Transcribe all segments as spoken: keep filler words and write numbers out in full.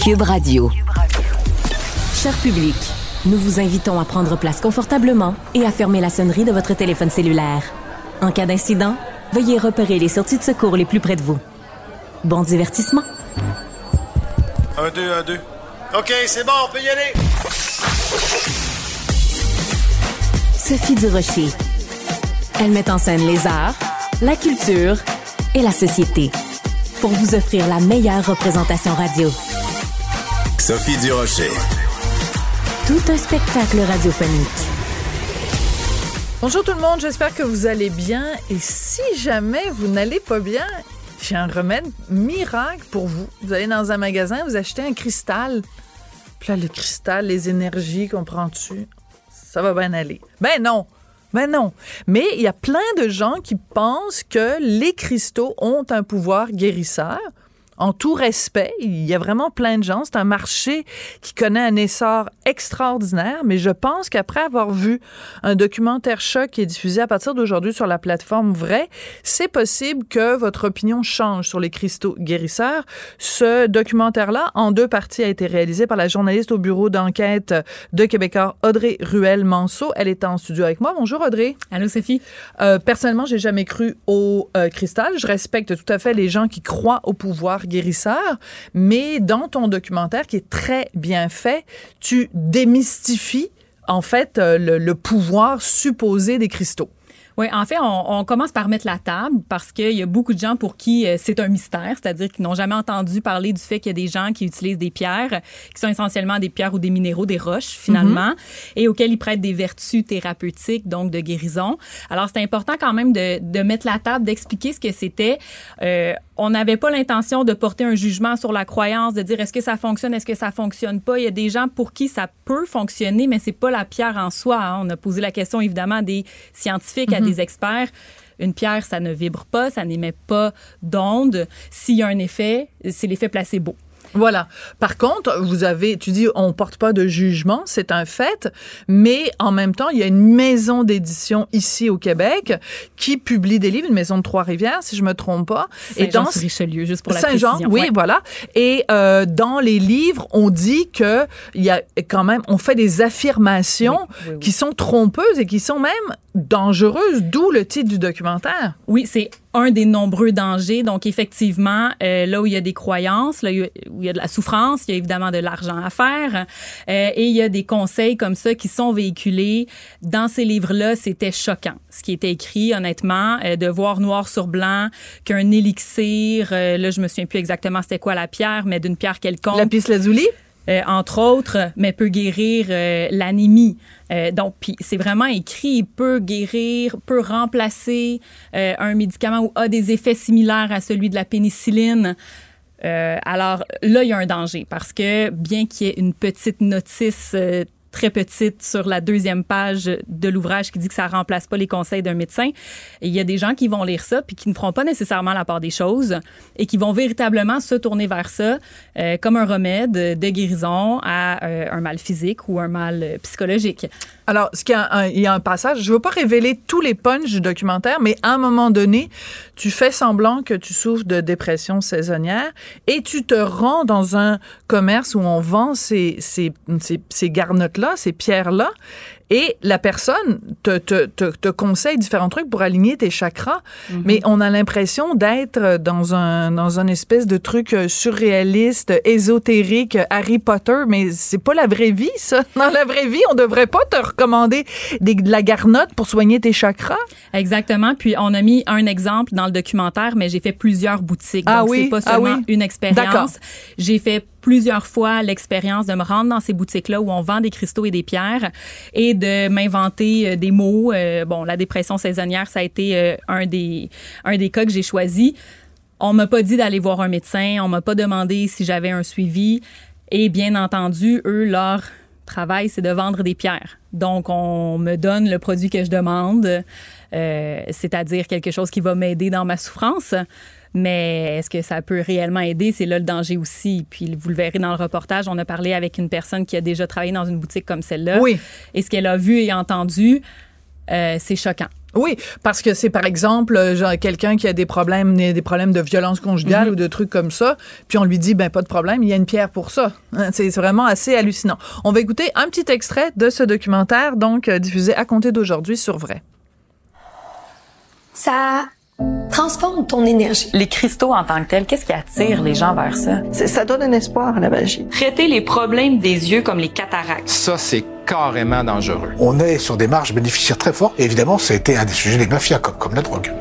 Cube Radio. Cher public, nous vous invitons à prendre place confortablement et à fermer la sonnerie de votre téléphone cellulaire. En cas d'incident, veuillez repérer les sorties de secours les plus près de vous. Bon divertissement. Un, deux, un, deux. OK, c'est bon, on peut y aller. Sophie Durocher. Elle met en scène les arts, la culture et la société pour vous offrir la meilleure représentation radio. Sophie Durocher. Tout un spectacle radiophonique. Bonjour tout le monde, j'espère que vous allez bien. Et si jamais vous n'allez pas bien, j'ai un remède miracle pour vous. Vous allez dans un magasin, vous achetez un cristal. Puis là, le cristal, les énergies qu'on prend dessus, ça va bien aller. Ben non, ben non. Mais il y a plein de gens qui pensent que les cristaux ont un pouvoir guérisseur. En tout respect, il y a vraiment plein de gens. C'est un marché qui connaît un essor extraordinaire, mais je pense qu'après avoir vu un documentaire choc qui est diffusé à partir d'aujourd'hui sur la plateforme Vrai, c'est possible que votre opinion change sur les cristaux guérisseurs. Ce documentaire-là, en deux parties, a été réalisé par la journaliste au bureau d'enquête de Québécois, Audrey Ruel-Manceau. Elle est en studio avec moi. Bonjour Audrey. Allô Sophie. Euh, personnellement, j'ai jamais cru au euh, cristal. Je respecte tout à fait les gens qui croient au pouvoir guérisseur, mais dans ton documentaire qui est très bien fait, tu démystifies en fait euh, le, le pouvoir supposé des cristaux. Oui, en fait, on, on commence par mettre la table parce qu'il y a beaucoup de gens pour qui euh, c'est un mystère, c'est-à-dire qu'ils n'ont jamais entendu parler du fait qu'il y a des gens qui utilisent des pierres qui sont essentiellement des pierres ou des minéraux, des roches finalement, mm-hmm. et auxquelles ils prêtent des vertus thérapeutiques, donc de guérison. Alors, c'est important quand même de, de mettre la table, d'expliquer ce que c'était. Euh, on n'avait pas l'intention de porter un jugement sur la croyance, de dire est-ce que ça fonctionne, est-ce que ça fonctionne pas. Il y a des gens pour qui ça peut fonctionner, mais c'est pas la pierre en soi. Hein. On a posé la question évidemment à des scientifiques, mm-hmm. à des experts. Une pierre, ça ne vibre pas, ça n'émet pas d'onde. S'il y a un effet, c'est l'effet placebo. Voilà. Par contre, vous avez, tu dis, on porte pas de jugement, c'est un fait, mais en même temps, il y a une maison d'édition ici au Québec qui publie des livres, une maison de Trois-Rivières, si je me trompe pas. Saint-Jean-sur-Richelieu, juste pour la Saint-Jean, précision. oui, ouais. voilà. Et euh, dans les livres, on dit que il y a quand même, on fait des affirmations oui, oui, oui. qui sont trompeuses et qui sont même dangereuses, d'où le titre du documentaire. Oui, c'est un des nombreux dangers. Donc, effectivement, euh, là où il y a des croyances, là où il y a de la souffrance, il y a évidemment de l'argent à faire. Euh, et il y a des conseils comme ça qui sont véhiculés. Dans ces livres-là, c'était choquant. Ce qui était écrit, honnêtement, euh, de voir noir sur blanc qu'un élixir, euh, là, je me souviens plus exactement c'était quoi la pierre, mais d'une pierre quelconque. Lapis-lazuli? Euh, entre autres, mais peut guérir euh, l'anémie. Euh, donc, puis c'est vraiment écrit, peut guérir, peut remplacer euh, un médicament ou a des effets similaires à celui de la pénicilline. Euh, alors là, il y a un danger parce que bien qu'il y ait une petite notice euh, très petite sur la deuxième page de l'ouvrage qui dit que ça remplace pas les conseils d'un médecin. Et il y a des gens qui vont lire ça puis qui ne feront pas nécessairement la part des choses et qui vont véritablement se tourner vers ça euh, comme un remède de guérison à euh, un mal physique ou un mal euh, psychologique. Alors, ce qu'il y a un, il y a un passage, je ne veux pas révéler tous les punchs du documentaire, mais à un moment donné, tu fais semblant que tu souffres de dépression saisonnière et tu te rends dans un commerce où on vend ces, ces, ces, ces garnottes-là, ces pierres-là, et la personne te, te, te, te conseille différents trucs pour aligner tes chakras, mm-hmm. mais on a l'impression d'être dans un, dans un espèce de truc surréaliste, ésotérique, Harry Potter, mais c'est pas la vraie vie, ça. Dans la vraie vie, on devrait pas te recommander des, de la garnotte pour soigner tes chakras. Exactement. Puis on a mis un exemple dans le documentaire, mais j'ai fait plusieurs boutiques. Ah donc oui? C'est pas seulement ah oui? une expérience. D'accord. J'ai fait plusieurs fois l'expérience de me rendre dans ces boutiques-là où on vend des cristaux et des pierres et de m'inventer euh, des mots. Euh, bon, la dépression saisonnière, ça a été euh, un des un des cas que j'ai choisi. On m'a pas dit d'aller voir un médecin, on m'a pas demandé si j'avais un suivi et bien entendu, eux, leur travail, c'est de vendre des pierres. Donc, on me donne le produit que je demande, euh, c'est-à-dire quelque chose qui va m'aider dans ma souffrance. Mais est-ce que ça peut réellement aider? C'est là le danger aussi. Puis vous le verrez dans le reportage, on a parlé avec une personne qui a déjà travaillé dans une boutique comme celle-là. Oui. Et ce qu'elle a vu et entendu, euh, c'est choquant. Oui, parce que c'est par exemple genre quelqu'un qui a des problèmes des problèmes de violence conjugale mm-hmm. ou de trucs comme ça, puis on lui dit ben pas de problème, il y a une pierre pour ça. C'est vraiment assez hallucinant. On va écouter un petit extrait de ce documentaire donc euh, diffusé à compter d'aujourd'hui sur Vrai. Ça transforme ton énergie. Les cristaux en tant que tels, qu'est-ce qui attire les gens vers ça? C'est, ça donne un espoir à la magie. Traiter les problèmes des yeux comme les cataractes. Ça, c'est carrément dangereux. On est sur des marges bénéficiaires très fortes. Et évidemment, ça a été un des sujets des mafias, comme, comme la drogue.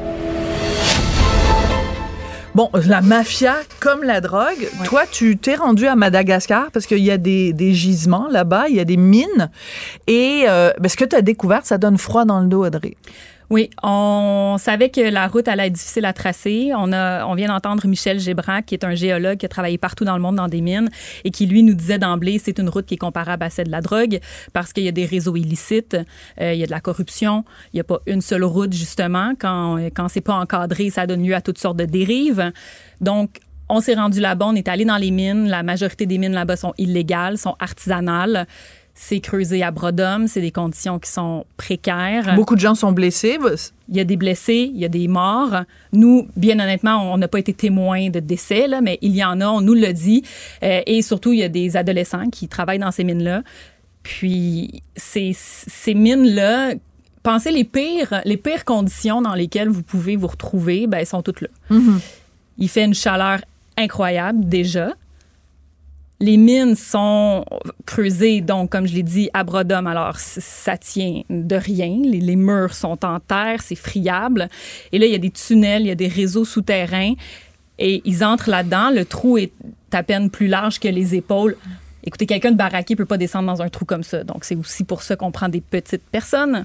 Bon, la mafia comme la drogue. Ouais. Toi, tu t'es rendu à Madagascar parce qu'il y a des, des gisements là-bas, il y a des mines. Et euh, ben, ce que tu as découvert, ça donne froid dans le dos, Audrey. Oui, on savait que la route allait être difficile à tracer. On a, on vient d'entendre Michel Gébrac, qui est un géologue qui a travaillé partout dans le monde dans des mines et qui, lui, nous disait d'emblée, c'est une route qui est comparable à celle de la drogue parce qu'il y a des réseaux illicites, euh, il y a de la corruption, il n'y a pas une seule route, justement. Quand, quand c'est pas encadré, ça donne lieu à toutes sortes de dérives. Donc, on s'est rendu là-bas, on est allé dans les mines. La majorité des mines là-bas sont illégales, sont artisanales. C'est creusé à bras d'homme, c'est des conditions qui sont précaires. Beaucoup de gens sont blessés. Il y a des blessés, il y a des morts. Nous, bien honnêtement, on n'a pas été témoins de décès, là, mais il y en a, on nous le dit. Euh, et surtout, il y a des adolescents qui travaillent dans ces mines-là. Puis, ces, ces mines-là, pensez les pires, les pires conditions dans lesquelles vous pouvez vous retrouver, ben, elles sont toutes là. Mm-hmm. Il fait une chaleur incroyable, déjà. Les mines sont creusées, donc, comme je l'ai dit, à bras d'homme. Alors, ça tient de rien. Les, les murs sont en terre, c'est friable. Et là, il y a des tunnels, il y a des réseaux souterrains. Et ils entrent là-dedans. Le trou est à peine plus large que les épaules. Écoutez, quelqu'un de baraqué ne peut pas descendre dans un trou comme ça. Donc, c'est aussi pour ça qu'on prend des petites personnes.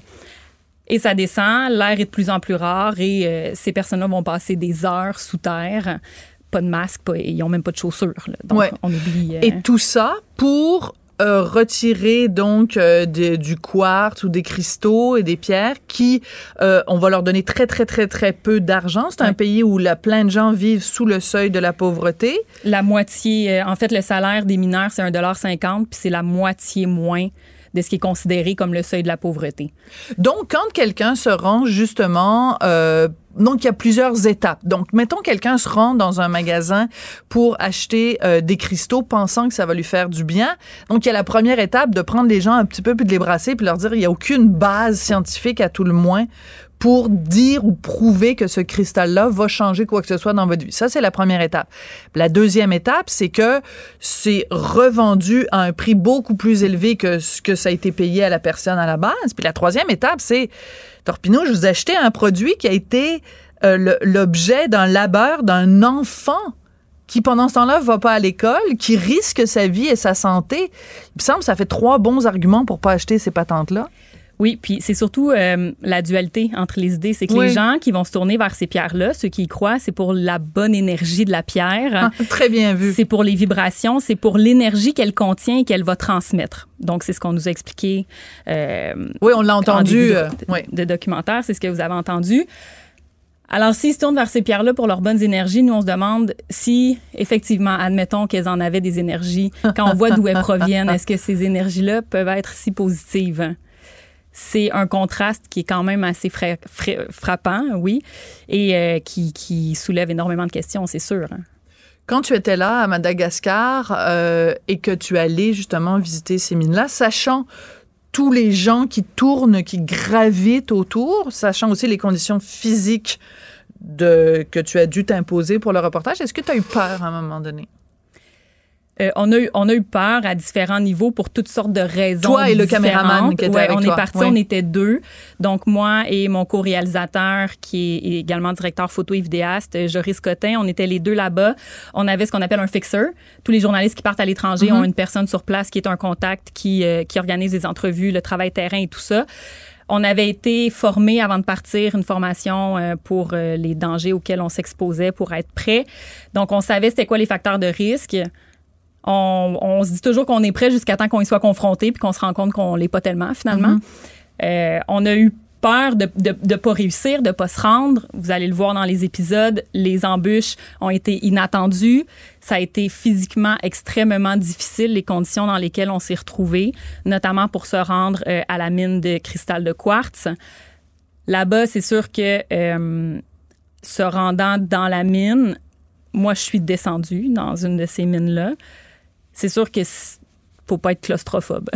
Et ça descend, l'air est de plus en plus rare et euh, ces personnes-là vont passer des heures sous terre. Pas de masque, pas, ils n'ont même pas de chaussures. Là. Donc, ouais. on oublie... Euh... Et tout ça pour euh, retirer donc euh, de, du quartz ou des cristaux et des pierres qui, euh, on va leur donner très, très, très, très peu d'argent. C'est ouais. un pays où là, plein de gens vivent sous le seuil de la pauvreté. La moitié... Euh, en fait, le salaire des mineurs, c'est un dollar cinquante, puis c'est la moitié moins de ce qui est considéré comme le seuil de la pauvreté. Donc, quand quelqu'un se rend justement... Euh, donc, il y a plusieurs étapes. Donc, mettons quelqu'un se rend dans un magasin pour acheter euh, des cristaux pensant que ça va lui faire du bien. Donc, il y a la première étape de prendre les gens un petit peu puis de les brasser puis leur dire il n'y a aucune base scientifique à tout le moins pour dire ou prouver que ce cristal-là va changer quoi que ce soit dans votre vie. Ça, c'est la première étape. La deuxième étape, c'est que c'est revendu à un prix beaucoup plus élevé que ce que ça a été payé à la personne à la base. Puis la troisième étape, c'est Torpino, je vous ai acheté un produit qui a été euh, le, l'objet d'un labeur d'un enfant qui, pendant ce temps-là, va pas à l'école, qui risque sa vie et sa santé. Il me semble que ça fait trois bons arguments pour pas acheter ces patentes-là. Oui, puis c'est surtout euh, la dualité entre les idées. C'est que oui. les gens qui vont se tourner vers ces pierres-là, ceux qui y croient, c'est pour la bonne énergie de la pierre. Ah, très bien vu. C'est pour les vibrations, c'est pour l'énergie qu'elle contient et qu'elle va transmettre. Donc, c'est ce qu'on nous a expliqué. Euh, oui, on l'a entendu. De, euh, de, oui. de documentaire, c'est ce que vous avez entendu. Alors, s'ils se tournent vers ces pierres-là pour leurs bonnes énergies, nous, on se demande si, effectivement, admettons qu'elles en avaient des énergies, quand on voit d'où elles proviennent, est-ce que ces énergies-là peuvent être si positives? C'est un contraste qui est quand même assez fra- fra- frappant, oui, et euh, qui, qui soulève énormément de questions, c'est sûr. Hein. Quand tu étais là, à Madagascar, euh, et que tu allais justement visiter ces mines-là, sachant tous les gens qui tournent, qui gravitent autour, sachant aussi les conditions physiques de, que tu as dû t'imposer pour le reportage, est-ce que tu as eu peur à un moment donné? Euh, on, a eu, on a eu peur à différents niveaux pour toutes sortes de raisons. Toi et le caméraman qui était ouais, avec on toi. est partis, oui. on était deux. Donc, moi et mon co-réalisateur, qui est également directeur photo et vidéaste, Joris Cotin, on était les deux là-bas. On avait ce qu'on appelle un fixer. Tous les journalistes qui partent à l'étranger mm-hmm. ont une personne sur place qui est un contact, qui, euh, qui organise les entrevues, le travail terrain et tout ça. On avait été formés avant de partir, une formation euh, pour euh, les dangers auxquels on s'exposait pour être prêt. Donc, on savait c'était quoi les facteurs de risque. On, on se dit toujours qu'on est prêt jusqu'à temps qu'on y soit confronté puis qu'on se rend compte qu'on l'est pas tellement, finalement. Mm-hmm. Euh, on a eu peur de ne de, de pas réussir, de pas se rendre. Vous allez le voir dans les épisodes, les embûches ont été inattendues. Ça a été physiquement extrêmement difficile, les conditions dans lesquelles on s'est retrouvés, notamment pour se rendre euh, à la mine de cristal de quartz. Là-bas, c'est sûr que euh, se rendant dans la mine, moi, je suis descendue dans une de ces mines-là. C'est sûr que faut pas être claustrophobe.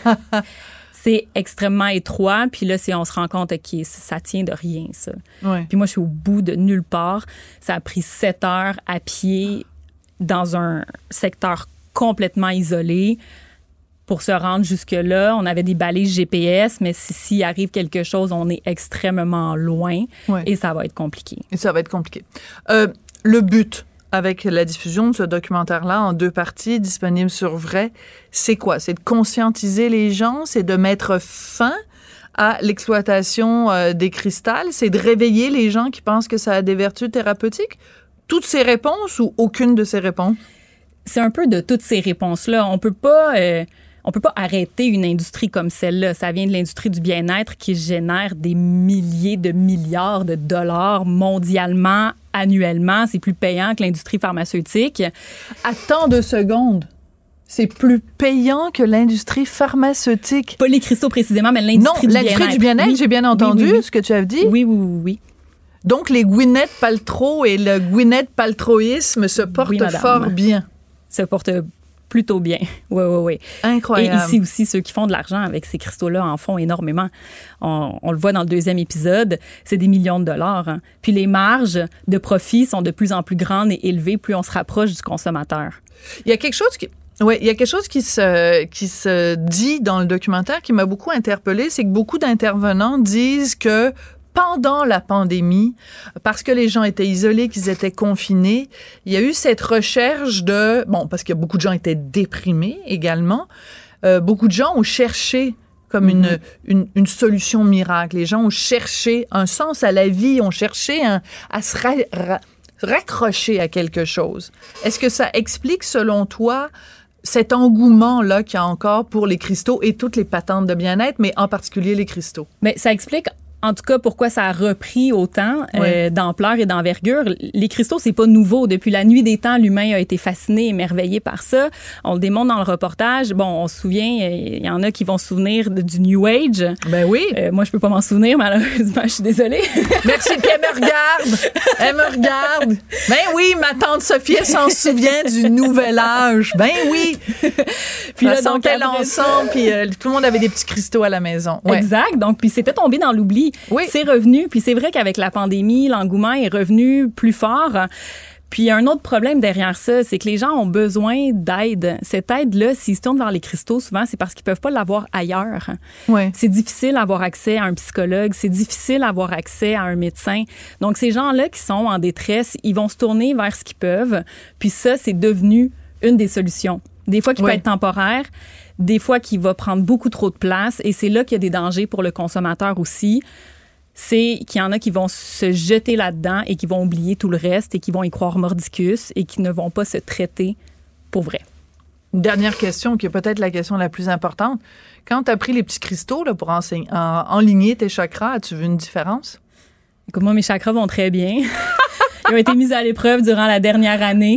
C'est extrêmement étroit. Puis là, c'est, on se rend compte que ça tient de rien, ça. Ouais. Puis moi, je suis au bout de nulle part. Ça a pris sept heures à pied dans un secteur complètement isolé pour se rendre jusque-là. On avait des balises G P S, mais si, s'il arrive quelque chose, on est extrêmement loin ouais. et ça va être compliqué. Et ça va être compliqué. Euh, le but avec la diffusion de ce documentaire-là en deux parties, disponible sur Vrai, c'est quoi? C'est de conscientiser les gens, c'est de mettre fin à l'exploitation euh, des cristals, c'est de réveiller les gens qui pensent que ça a des vertus thérapeutiques? Toutes ces réponses ou aucune de ces réponses? C'est un peu de toutes ces réponses-là. On peut pas... Euh, On peut pas arrêter une industrie comme celle-là. Ça vient de l'industrie du bien-être qui génère des milliers de milliards de dollars mondialement, annuellement. C'est plus payant que l'industrie pharmaceutique. Attends deux secondes. C'est plus payant que l'industrie pharmaceutique. Pas les cristaux précisément, mais l'industrie non, du bien-être. Non, l'industrie du bien-être, oui. J'ai bien entendu oui, oui, oui. ce que tu as dit. Oui, oui, oui, oui. Donc, les Gwyneth Paltrow et le Gwyneth Paltrowisme se portent oui, fort bien. Se portent plutôt bien. Oui, oui, oui. Incroyable. Et ici aussi, ceux qui font de l'argent avec ces cristaux-là en font énormément. On, on le voit dans le deuxième épisode, c'est des millions de dollars. Hein. Puis les marges de profit sont de plus en plus grandes et élevées plus on se rapproche du consommateur. Il y a quelque chose qui... Oui, il y a quelque chose qui se, qui se dit dans le documentaire qui m'a beaucoup interpellée, c'est que beaucoup d'intervenants disent que pendant la pandémie, parce que les gens étaient isolés, qu'ils étaient confinés, il y a eu cette recherche de... Bon, parce que beaucoup de gens étaient déprimés également. Euh, beaucoup de gens ont cherché comme mm-hmm. une, une, une solution miracle. Les gens ont cherché un sens à la vie, ont cherché un, à se ra- ra- raccrocher à quelque chose. Est-ce que ça explique, selon toi, cet engouement-là qu'il y a encore pour les cristaux et toutes les patentes de bien-être, mais en particulier les cristaux? Mais ça explique... En tout cas, pourquoi ça a repris autant euh, ouais. d'ampleur et d'envergure. Les cristaux, c'est pas nouveau. Depuis la nuit des temps, l'humain a été fasciné, émerveillé par ça. On le démontre dans le reportage. Bon, on se souvient, il y en a qui vont se souvenir de, du New Age. Ben oui. Euh, moi, je peux pas m'en souvenir, malheureusement. Je suis désolée. Merci, puis elle me regarde. Elle me regarde. Ben oui, ma tante Sophie, elle s'en souvient du Nouvel Âge. Ben oui. Puis là, donc, elle ensemble, puis euh, tout le monde avait des petits cristaux à la maison. Ouais. Exact. Donc, puis c'était tombé dans l'oubli. Oui. C'est revenu. Puis c'est vrai qu'avec la pandémie, l'engouement est revenu plus fort. Puis il y a un autre problème derrière ça, c'est que les gens ont besoin d'aide. Cette aide-là, s'ils se tournent vers les cristaux, souvent, c'est parce qu'ils peuvent pas l'avoir ailleurs. Ouais. C'est difficile d'avoir accès à un psychologue, c'est difficile d'avoir accès à un médecin. Donc ces gens-là qui sont en détresse, ils vont se tourner vers ce qu'ils peuvent. Puis ça, c'est devenu une des solutions. Des fois qui oui. peut être temporaire, des fois qui va prendre beaucoup trop de place. Et c'est là qu'il y a des dangers pour le consommateur aussi. C'est qu'il y en a qui vont se jeter là-dedans et qui vont oublier tout le reste et qui vont y croire mordicus et qui ne vont pas se traiter pour vrai. Une dernière question, qui est peut-être la question la plus importante. Quand tu as pris les petits cristaux là, pour enseigner, en, enligner tes chakras, as-tu vu une différence? Écoute, moi, mes chakras vont très bien. Ils ont été mis à l'épreuve durant la dernière année.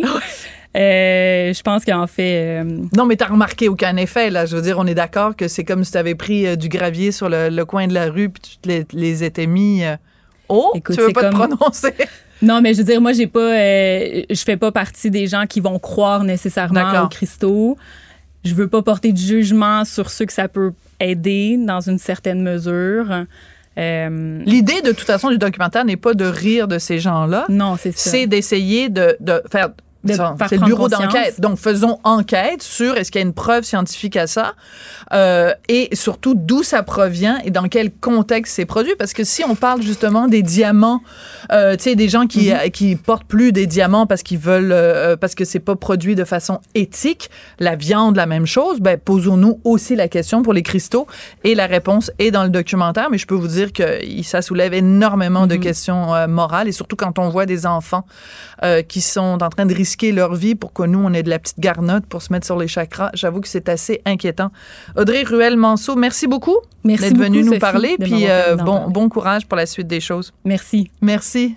Euh, je pense qu'en fait... Euh... Non, mais t'as remarqué aucun effet, là. Je veux dire, on est d'accord que c'est comme si t'avais pris euh, du gravier sur le, le coin de la rue puis tu te les, les étais mis... Euh... Oh, écoute, tu veux pas comme... te prononcer? Non, mais je veux dire, moi, j'ai pas... Euh, je fais pas partie des gens qui vont croire nécessairement d'accord. aux cristaux. Je veux pas porter de jugement sur ceux que ça peut aider dans une certaine mesure. Euh... L'idée, de toute façon, du documentaire n'est pas de rire de ces gens-là. Non, c'est ça. C'est d'essayer de, de faire... C'est le bureau d'enquête. Donc, faisons enquête sur est-ce qu'il y a une preuve scientifique à ça euh, et surtout d'où ça provient et dans quel contexte c'est produit. Parce que si on parle justement des diamants, euh, tu sais, des gens qui, mm-hmm. qui portent plus des diamants parce qu'ils veulent, euh, parce que c'est pas produit de façon éthique, la viande, la même chose, ben, posons-nous aussi la question pour les cristaux et la réponse est dans le documentaire. Mais je peux vous dire que ça soulève énormément mm-hmm. de questions euh, morales et surtout quand on voit des enfants euh, qui sont en train de risquer leur vie pour que nous, on ait de la petite garnotte pour se mettre sur les chakras. J'avoue que c'est assez inquiétant. Audrey Ruel-Manceau, merci beaucoup merci d'être venue nous Sophie, parler. Puis euh, bon, bon courage pour la suite des choses. Merci. Merci.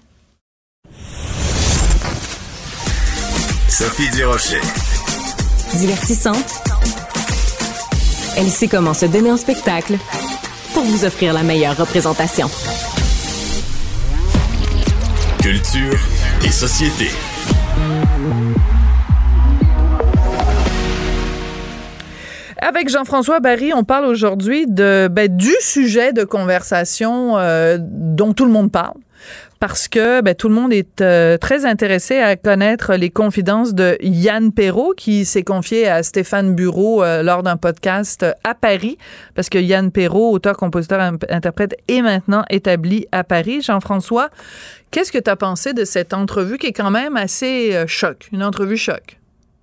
Sophie Durocher. Divertissante. Elle sait comment se donner en spectacle pour vous offrir la meilleure représentation. Culture et société. Avec Jean-François Barry, on parle aujourd'hui de ben, du sujet de conversation euh, dont tout le monde parle. Parce que ben, tout le monde est euh, très intéressé à connaître les confidences de Yann Perrault, qui s'est confié à Stéphane Bureau euh, lors d'un podcast à Paris, parce que Yann Perrault, auteur, compositeur, interprète, est maintenant établi à Paris. Jean-François, qu'est-ce que tu as pensé de cette entrevue qui est quand même assez euh, choc, une entrevue choc?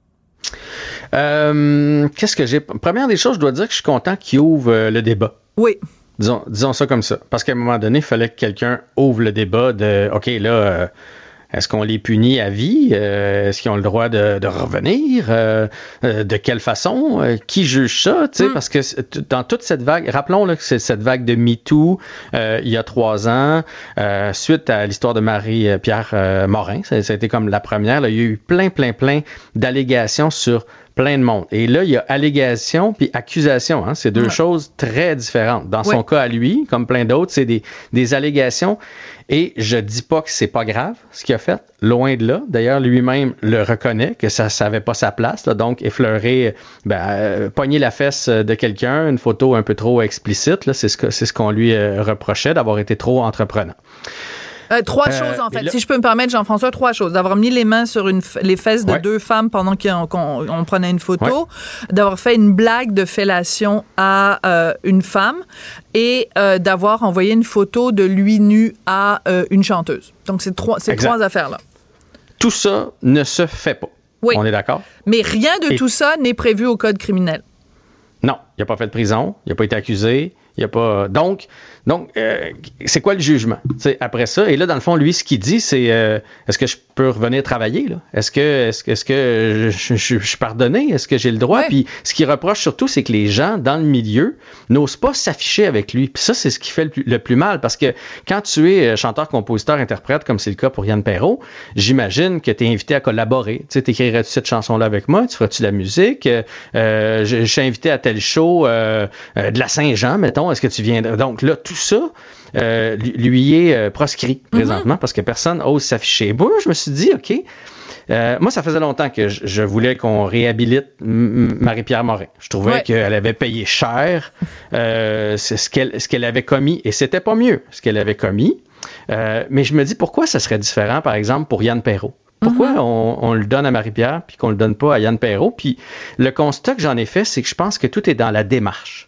Euh, qu'est-ce que j'ai... Première des choses, je dois dire que je suis content qu'il ouvre euh, le débat. Oui. Disons, disons ça comme ça. Parce qu'à un moment donné, il fallait que quelqu'un ouvre le débat de « OK, là, euh, est-ce qu'on les punit à vie? Euh, est-ce qu'ils ont le droit de, de revenir? Euh, euh, de quelle façon? Euh, qui juge ça? » Tu sais, mm. Parce que dans toute cette vague, rappelons là, que c'est cette vague de MeToo euh, il y a trois ans, euh, suite à l'histoire de Marie-Pierre euh, Morin, ça, ça a été comme la première, là, il y a eu plein, plein, plein d'allégations sur plein de monde. Et là, il y a allégation puis accusation. Hein? C'est deux ouais. choses très différentes. Dans son ouais. cas à lui, comme plein d'autres, c'est des, des allégations. Et je dis pas que c'est pas grave ce qu'il a fait. Loin de là. D'ailleurs, lui-même le reconnaît que ça n'avait pas sa place. Là. Donc, effleurer, ben, euh, pogner la fesse de quelqu'un, une photo un peu trop explicite, là, c'est ce que, c'est ce qu'on lui euh, reprochait, d'avoir été trop entreprenant. Euh, trois euh, choses, en fait. Là, si je peux me permettre, Jean-François, trois choses. D'avoir mis les mains sur une f- les fesses de ouais. deux femmes pendant qu'on, qu'on on prenait une photo, ouais. d'avoir fait une blague de fellation à euh, une femme et euh, d'avoir envoyé une photo de lui nu à euh, une chanteuse. Donc, c'est trois, ces trois affaires-là. Tout ça ne se fait pas. Oui. On est d'accord? Mais rien de et... tout ça n'est prévu au code criminel. Non. Il n'a pas fait de prison. Il n'a pas été accusé. Il n'y a pas... Donc... Donc, euh, c'est quoi le jugement? T'sais, après ça, et là, dans le fond, lui, ce qu'il dit, c'est euh, est-ce que je peux revenir travailler? Là? Est-ce que, est-ce que, est-ce que je, je, je, je suis pardonné? Est-ce que j'ai le droit? Ouais. Puis, ce qu'il reproche surtout, c'est que les gens dans le milieu n'osent pas s'afficher avec lui. Puis ça, c'est ce qui fait le plus, le plus mal, parce que quand tu es chanteur, compositeur, interprète, comme c'est le cas pour Yann Perrault, j'imagine que tu es invité à collaborer. Tu sais, t'écrirais-tu cette chanson-là avec moi? Tu feras-tu de la musique? Euh, je, je suis invité à tel show euh, euh, de la Saint-Jean, mettons. Est-ce que tu viendrais? Donc là, tout ça euh, lui est euh, proscrit présentement mm-hmm. parce que personne n'ose s'afficher. Moi, je me suis dit, OK, euh, moi, ça faisait longtemps que je, je voulais qu'on réhabilite M- Marie-Pierre Morin. Je trouvais ouais. qu'elle avait payé cher euh, c'est ce qu'elle, ce qu'elle avait commis et c'était pas mieux ce qu'elle avait commis. Euh, mais je me dis, pourquoi ça serait différent, par exemple, pour Yann Perrault? Pourquoi mm-hmm. on, on le donne à Marie-Pierre puis qu'on le donne pas à Yann Perrault? Puis le constat que j'en ai fait, c'est que je pense que tout est dans la démarche.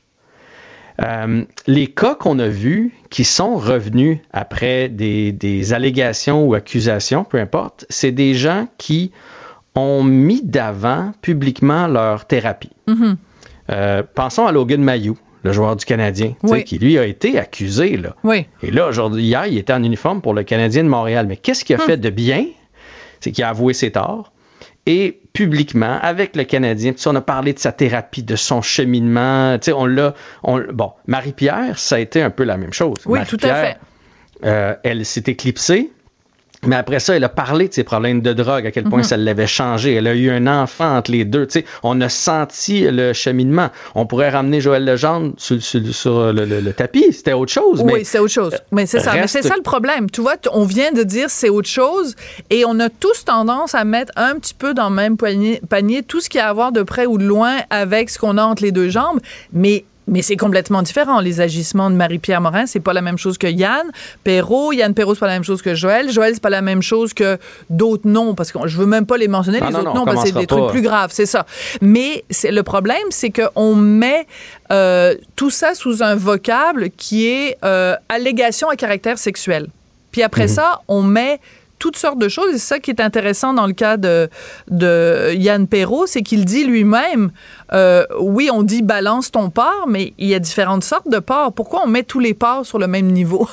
Euh, les cas qu'on a vus qui sont revenus après des, des allégations ou accusations, peu importe, c'est des gens qui ont mis d'avant publiquement leur thérapie. Mm-hmm. Euh, pensons à Logan Mailloux, le joueur du Canadien, oui. qui lui a été accusé. Là. Oui. Et là, aujourd'hui, hier, il était en uniforme pour le Canadien de Montréal. Mais qu'est-ce qu'il a mm. fait de bien? C'est qu'il a avoué ses torts. Et publiquement, avec le Canadien, on a parlé de sa thérapie, de son cheminement. On l'a, on, bon, Marie-Pierre, ça a été un peu la même chose. Oui, tout à fait. Euh, elle s'est éclipsée. Mais après ça, elle a parlé de ses problèmes de drogue, à quel point mm-hmm. ça l'avait changé. Elle a eu un enfant entre les deux. T'sais, on a senti le cheminement. On pourrait ramener Joël Legendre sur, sur, sur le, le, le tapis. C'était autre chose. Oui, mais c'est autre chose. Mais c'est ça. Reste... Mais c'est ça le problème. Tu vois, on vient de dire c'est autre chose et on a tous tendance à mettre un petit peu dans le même panier, panier tout ce qui a à voir de près ou de loin avec ce qu'on a entre les deux jambes. Mais Mais c'est complètement différent. Les agissements de Marie-Pierre Morin, c'est pas la même chose que Yann Perrault. Yann Perrault, c'est pas la même chose que Joël. Joël, c'est pas la même chose que d'autres noms, parce que je veux même pas les mentionner, non, les non, autres non, noms, parce que c'est des pas. trucs plus graves, c'est ça. Mais c'est, le problème, c'est qu'on met euh, tout ça sous un vocable qui est euh, allégation à caractère sexuel. Puis après mm-hmm. ça, on met toutes sortes de choses. Et c'est ça qui est intéressant dans le cas de, de Yann Perrault, c'est qu'il dit lui-même, euh, oui, on dit balance ton porc, mais il y a différentes sortes de porcs. Pourquoi on met tous les porcs sur le même niveau?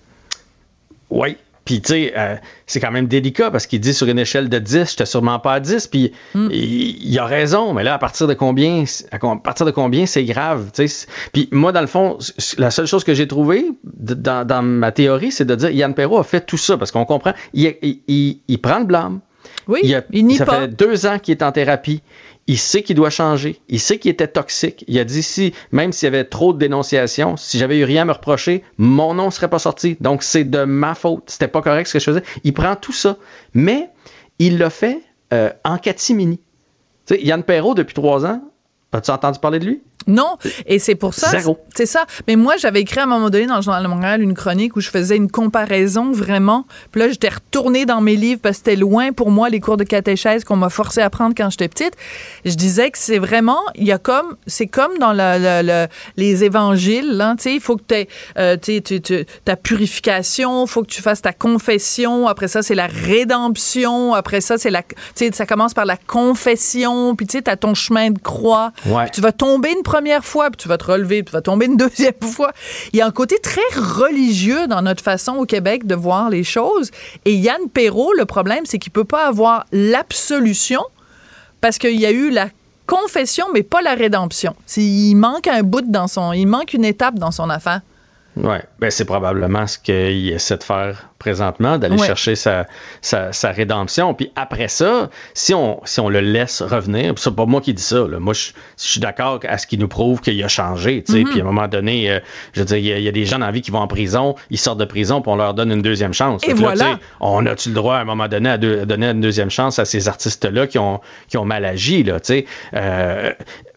Oui. Puis, tu sais, euh, c'est quand même délicat parce qu'il dit sur une échelle de dix, j'étais sûrement pas à dix. Puis, mm. il, il a raison, mais là, à partir de combien, à partir de combien c'est grave, tu sais. Puis, moi, dans le fond, la seule chose que j'ai trouvée dans, dans ma théorie, c'est de dire Yann Perrault a fait tout ça parce qu'on comprend. Il, il, il, il prend le blâme. Oui, il, a, il nie ça pas. fait deux ans qu'il est en thérapie. Il sait qu'il doit changer. Il sait qu'il était toxique. Il a dit, si, même s'il y avait trop de dénonciations, si j'avais eu rien à me reprocher, mon nom ne serait pas sorti. Donc, c'est de ma faute. C'était pas correct ce que je faisais. Il prend tout ça. Mais il l'a fait euh, en catimini. Tu sais, Yann Perrault, depuis trois ans, as-tu entendu parler de lui? Non, et c'est pour ça, Zéro. c'est ça. Mais moi, j'avais écrit à un moment donné dans le Journal de Montréal une chronique où je faisais une comparaison vraiment. Puis là, j'étais retournée dans mes livres parce que c'était loin pour moi les cours de catéchèse qu'on m'a forcé à prendre quand j'étais petite. Je disais que c'est vraiment, il y a comme, c'est comme dans la, la, la, les évangiles, là, tu sais, il faut que t'aies, euh, tu sais, ta purification, il faut que tu fasses ta confession. Après ça, c'est la rédemption. Après ça, c'est la, tu sais, ça commence par la confession. Puis tu sais, t'as ton chemin de croix. Ouais. Puis tu vas tomber une première fois, puis tu vas te relever, puis tu vas tomber une deuxième fois. Il y a un côté très religieux dans notre façon au Québec de voir les choses. Et Yann Perrault, le problème, c'est qu'il peut pas avoir l'absolution parce qu'il y a eu la confession, mais pas la rédemption. C'est, il manque un bout dans son... Il manque une étape dans son affaire. Oui, ben c'est probablement ce qu'il essaie de faire présentement, d'aller ouais. chercher sa, sa, sa rédemption. Puis après ça, si on, si on le laisse revenir, c'est pas moi qui dis ça, là. Moi, je, je suis d'accord à ce qu'il nous prouve qu'il a changé. Tu sais. Mm-hmm. Puis à un moment donné, euh, je veux dire, il y, y a des gens dans la vie qui vont en prison, ils sortent de prison, puis on leur donne une deuxième chance. Et voilà. Là, on a-tu le droit à un moment donné à, de, à donner une deuxième chance à ces artistes-là qui ont, qui ont mal agi, là, tu sais. Euh,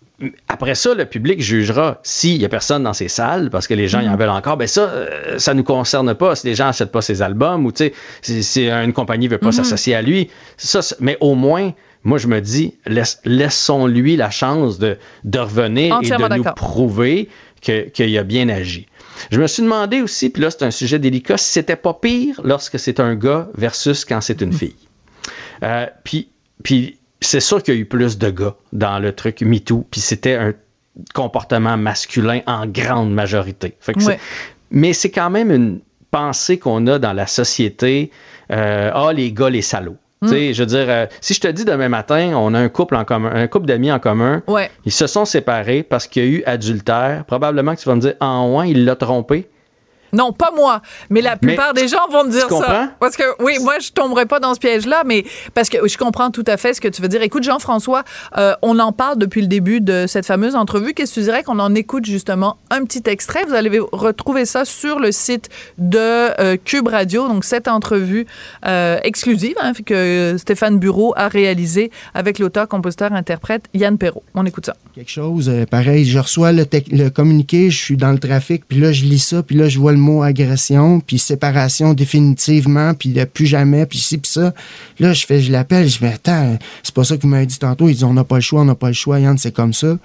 Après ça, le public jugera s'il n'y a personne dans ces salles, parce que les gens mmh. y en veulent encore, ben ça, euh, ça ne nous concerne pas. Si les gens n'achètent pas ses albums, ou tu sais, si, si une compagnie ne veut pas mmh. s'associer à lui, ça, mais au moins, moi, je me dis, laisse, laissons-lui la chance de, de revenir Entièrement et de d'accord. nous prouver que, qu'il a bien agi. Je me suis demandé aussi, puis là, c'est un sujet délicat, si c'était pas pire lorsque c'est un gars versus quand c'est une mmh. fille. Euh, puis, puis c'est sûr qu'il y a eu plus de gars dans le truc MeToo, puis c'était un comportement masculin en grande majorité. Fait que ouais. c'est, mais c'est quand même une pensée qu'on a dans la société. Euh, ah, les gars, les salauds. Mm. Tu sais, je veux dire, euh, si je te dis demain matin, on a un couple en commun, un couple d'amis en commun, ouais. ils se sont séparés parce qu'il y a eu adultère. Probablement que tu vas me dire, en ouin, il l'a trompé. Non, pas moi, mais la plupart mais des gens vont me dire ça. Parce que, oui, moi, je tomberai pas dans ce piège-là, mais parce que je comprends tout à fait ce que tu veux dire. Écoute, Jean-François, euh, on en parle depuis le début de cette fameuse entrevue. Qu'est-ce que tu dirais qu'on en écoute justement un petit extrait? Vous allez retrouver ça sur le site de euh, Cube Radio, donc cette entrevue euh, exclusive hein, que Stéphane Bureau a réalisée avec l'auteur, compositeur, interprète Yann Perrault. On écoute ça. Quelque chose, euh, pareil, je reçois le, te- le communiqué, je suis dans le trafic, puis là, je lis ça, puis là, je vois le mot agression, puis séparation définitivement, puis de plus jamais, puis ci, puis ça. Là, je fais, je l'appelle, je dis, mais attends, c'est pas ça que vous m'avez dit tantôt. Ils disent, on n'a pas le choix, on n'a pas le choix, Yann, c'est comme ça.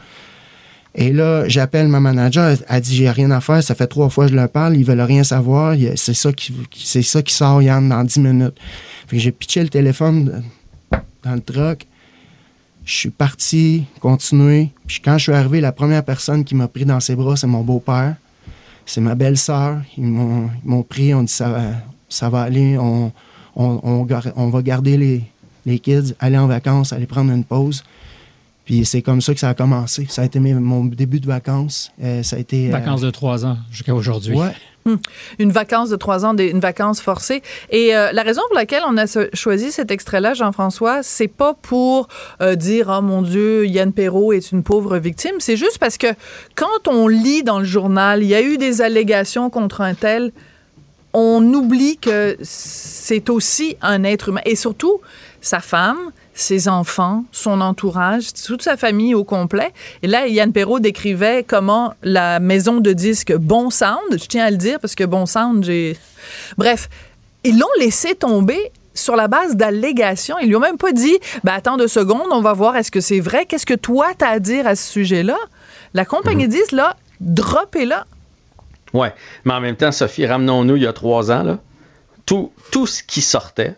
Et là, j'appelle ma manager, elle, elle dit, j'ai rien à faire, ça fait trois fois que je leur parle, ils veulent rien savoir, c'est ça qui, c'est ça qui sort, Yann, dans dix minutes. Fait que j'ai pitché le téléphone dans le truck. Je suis parti, continuer. Puis quand je suis arrivé, la première personne qui m'a pris dans ses bras, c'est mon beau-père. C'est ma belle-sœur. Ils m'ont, ils m'ont pris, on dit ça va, ça va aller, on, on, on, on va garder les, les kids, aller en vacances, aller prendre une pause. Puis c'est comme ça que ça a commencé. Ça a été mes, mon début de vacances. Euh, ça a été... Vacances euh, de trois ans jusqu'à aujourd'hui. Ouais. Hum. Une vacance de trois ans, des, une vacance forcée. Et euh, la raison pour laquelle on a ce, choisi cet extrait-là, Jean-François, c'est pas pour euh, dire « Oh mon Dieu, Yann Perrault est une pauvre victime ». C'est juste parce que quand on lit dans le journal, il y a eu des allégations contre un tel, on oublie que c'est aussi un être humain. Et surtout, sa femme, ses enfants, son entourage, toute sa famille au complet. Et là, Yann Perrault décrivait comment la maison de disques Bon Sound, je tiens à le dire parce que Bon Sound, j'ai... Bref, ils l'ont laissé tomber sur la base d'allégations. Ils lui ont même pas dit, ben attends deux secondes, on va voir est-ce que c'est vrai. Qu'est-ce que toi t'as à dire à ce sujet-là? La compagnie mmh. disque, là, droppez-la. Ouais, mais en même temps, Sophie, ramenons-nous il y a trois ans, là, tout, tout ce qui sortait,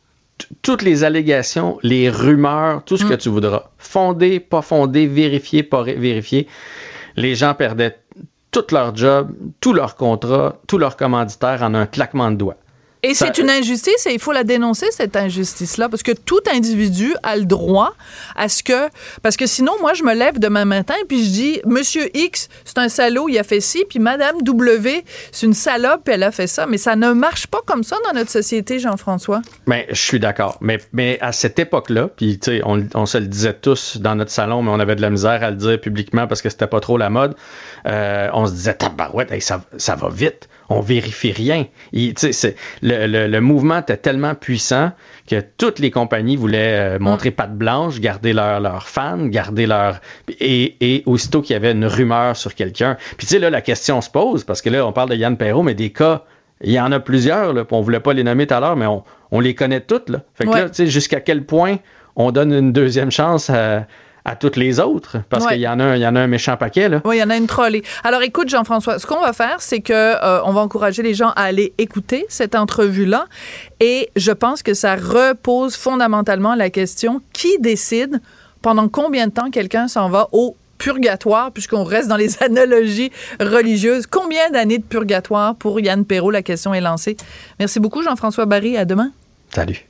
toutes les allégations, les rumeurs, tout ce mmh. que tu voudras, fondé, pas fondé, vérifié, pas vérifié, les gens perdaient tout leur job, tout leur contrat, tout leur commanditaire en un claquement de doigts. Et ça, c'est une injustice et il faut la dénoncer, cette injustice-là, parce que tout individu a le droit à ce que... Parce que sinon, moi, je me lève demain matin puis je dis, Monsieur X, c'est un salaud, il a fait ci, puis Madame W, c'est une salope, puis elle a fait ça. Mais ça ne marche pas comme ça dans notre société, Jean-François. Ben, je suis d'accord. Mais, mais à cette époque-là, puis tu sais, on, on se le disait tous dans notre salon, mais on avait de la misère à le dire publiquement parce que c'était pas trop la mode. Euh, on se disait, tabarouette, hey, ça, ça va vite. On vérifie rien. Il, c'est, le, le, le mouvement était tellement puissant que toutes les compagnies voulaient euh, montrer mmh. patte blanche, garder leurs leur fans, garder leur... Et, et aussitôt qu'il y avait une rumeur sur quelqu'un. Puis tu sais, là, la question se pose, parce que là, on parle de Yann Perrault, mais des cas, il y en a plusieurs, là, on voulait pas les nommer tout à l'heure, mais on, on les connaît toutes. Là. Fait que ouais. là, tu sais, jusqu'à quel point on donne une deuxième chance à... à toutes les autres, parce ouais. qu'il y en a un, il y en a un méchant paquet, là. Oui, il y en a une trollée. Alors, écoute, Jean-François, ce qu'on va faire, c'est que euh, on va encourager les gens à aller écouter cette entrevue-là, et je pense que ça repose fondamentalement la question, qui décide pendant combien de temps quelqu'un s'en va au purgatoire, puisqu'on reste dans les analogies religieuses. Combien d'années de purgatoire pour Yann Perrault? La question est lancée. Merci beaucoup, Jean-François Barry. À demain. Salut.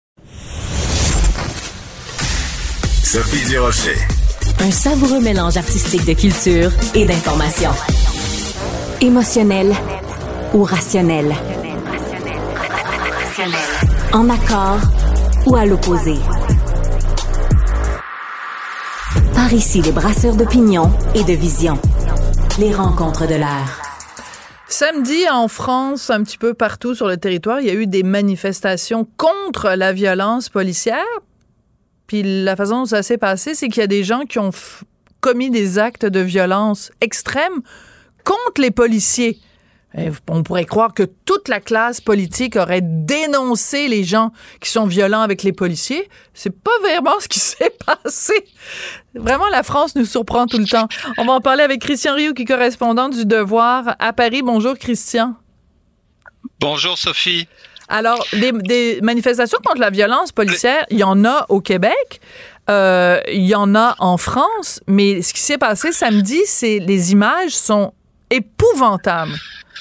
Sophie Durocher. Un savoureux mélange artistique de culture et d'information. Émotionnel ou rationnel. En accord ou à l'opposé. Par ici, les brasseurs d'opinion et de vision. Les rencontres de l'heure. Samedi, en France, un petit peu partout sur le territoire, il y a eu des manifestations contre la violence policière. Puis la façon dont ça s'est passé, c'est qu'il y a des gens qui ont f- commis des actes de violence extrême contre les policiers. Et on pourrait croire que toute la classe politique aurait dénoncé les gens qui sont violents avec les policiers. C'est pas vraiment ce qui s'est passé. Vraiment, la France nous surprend tout le temps. On va en parler avec Christian Rioux, qui est correspondant du Devoir à Paris. Bonjour, Christian. Bonjour, Sophie. Alors, des, des manifestations contre la violence policière, il y en a au Québec, euh, il y en a en France, mais ce qui s'est passé samedi, c'est les images sont épouvantables.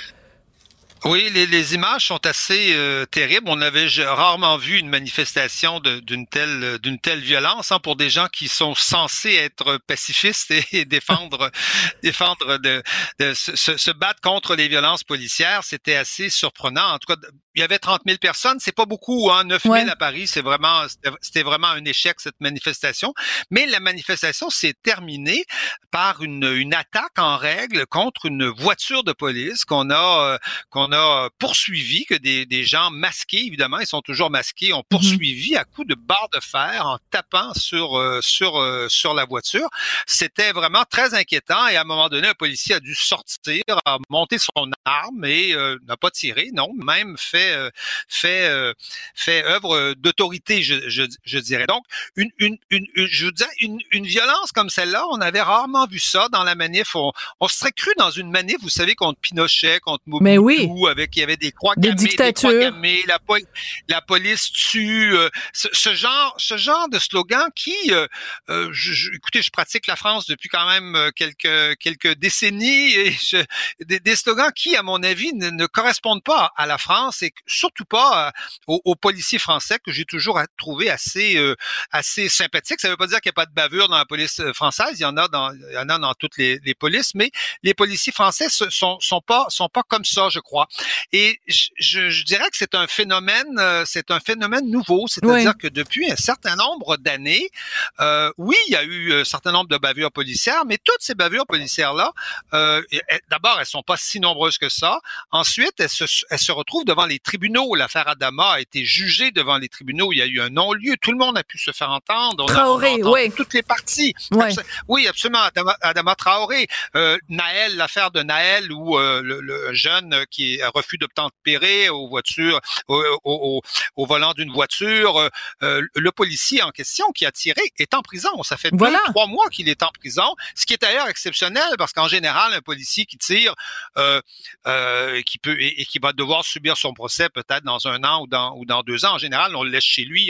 Oui, les, les images sont assez euh, terribles. On avait rarement vu une manifestation de, d'une telle d'une telle violence hein, pour des gens qui sont censés être pacifistes et, et défendre défendre de, de se, se battre contre les violences policières. C'était assez surprenant. En tout cas, il y avait trente mille personnes. C'est pas beaucoup, hein. neuf mille ouais. à Paris. C'est vraiment c'était, c'était vraiment un échec cette manifestation. Mais la manifestation s'est terminée par une une attaque en règle contre une voiture de police qu'on a euh, qu'on On a poursuivi, que des, des gens masqués, évidemment, ils sont toujours masqués, ont poursuivi à coups de barre de fer en tapant sur euh, sur euh, sur la voiture. C'était vraiment très inquiétant et à un moment donné, un policier a dû sortir, a monté son arme et euh, n'a pas tiré, non, même fait euh, fait euh, fait œuvre d'autorité, je, je, je dirais. Donc, une une une, une je veux dire une, une violence comme celle-là, on avait rarement vu ça dans la manif. On, on se serait cru dans une manif, vous savez, contre Pinochet, contre Mobutu. Mais oui. Avec il y avait des croix gammées, des, des croix gammées, la, pol- la police tue, euh, ce, ce genre, ce genre de slogan qui, euh, euh, je, je, écoutez, je pratique la France depuis quand même quelques quelques décennies et je, des, des slogans qui, à mon avis, ne, ne correspondent pas à la France et surtout pas euh, aux, aux policiers français que j'ai toujours trouvé assez euh, assez sympathiques. Ça veut pas dire qu'il n'y a pas de bavure dans la police française, il y en a dans il y en a dans toutes les, les polices, mais les policiers français sont sont pas sont pas comme ça, je crois. Et je, je dirais que c'est un phénomène, euh, c'est un phénomène nouveau, c'est-à-dire oui. que depuis un certain nombre d'années, euh, oui, il y a eu un certain nombre de bavures policières, mais toutes ces bavures policières-là, euh, d'abord, elles sont pas si nombreuses que ça. Ensuite, elles se, elles se retrouvent devant les tribunaux. L'affaire Adama a été jugée devant les tribunaux. Il y a eu un non-lieu. Tout le monde a pu se faire entendre. On Traoré, a, on a oui. Toutes les parties. Ouais. Abs- oui, absolument. Adama, Adama Traoré, euh, Naël, l'affaire de Naël, où euh, le, le jeune qui est refus d'obtempérer aux voitures, au, au, au, au volant d'une voiture. Euh, le policier en question qui a tiré est en prison. Ça fait voilà. deux, trois mois qu'il est en prison, ce qui est d'ailleurs exceptionnel parce qu'en général, un policier qui tire, euh, euh, qui peut et, et qui va devoir subir son procès peut-être dans un an ou dans ou dans deux ans, en général, on le laisse chez lui. On,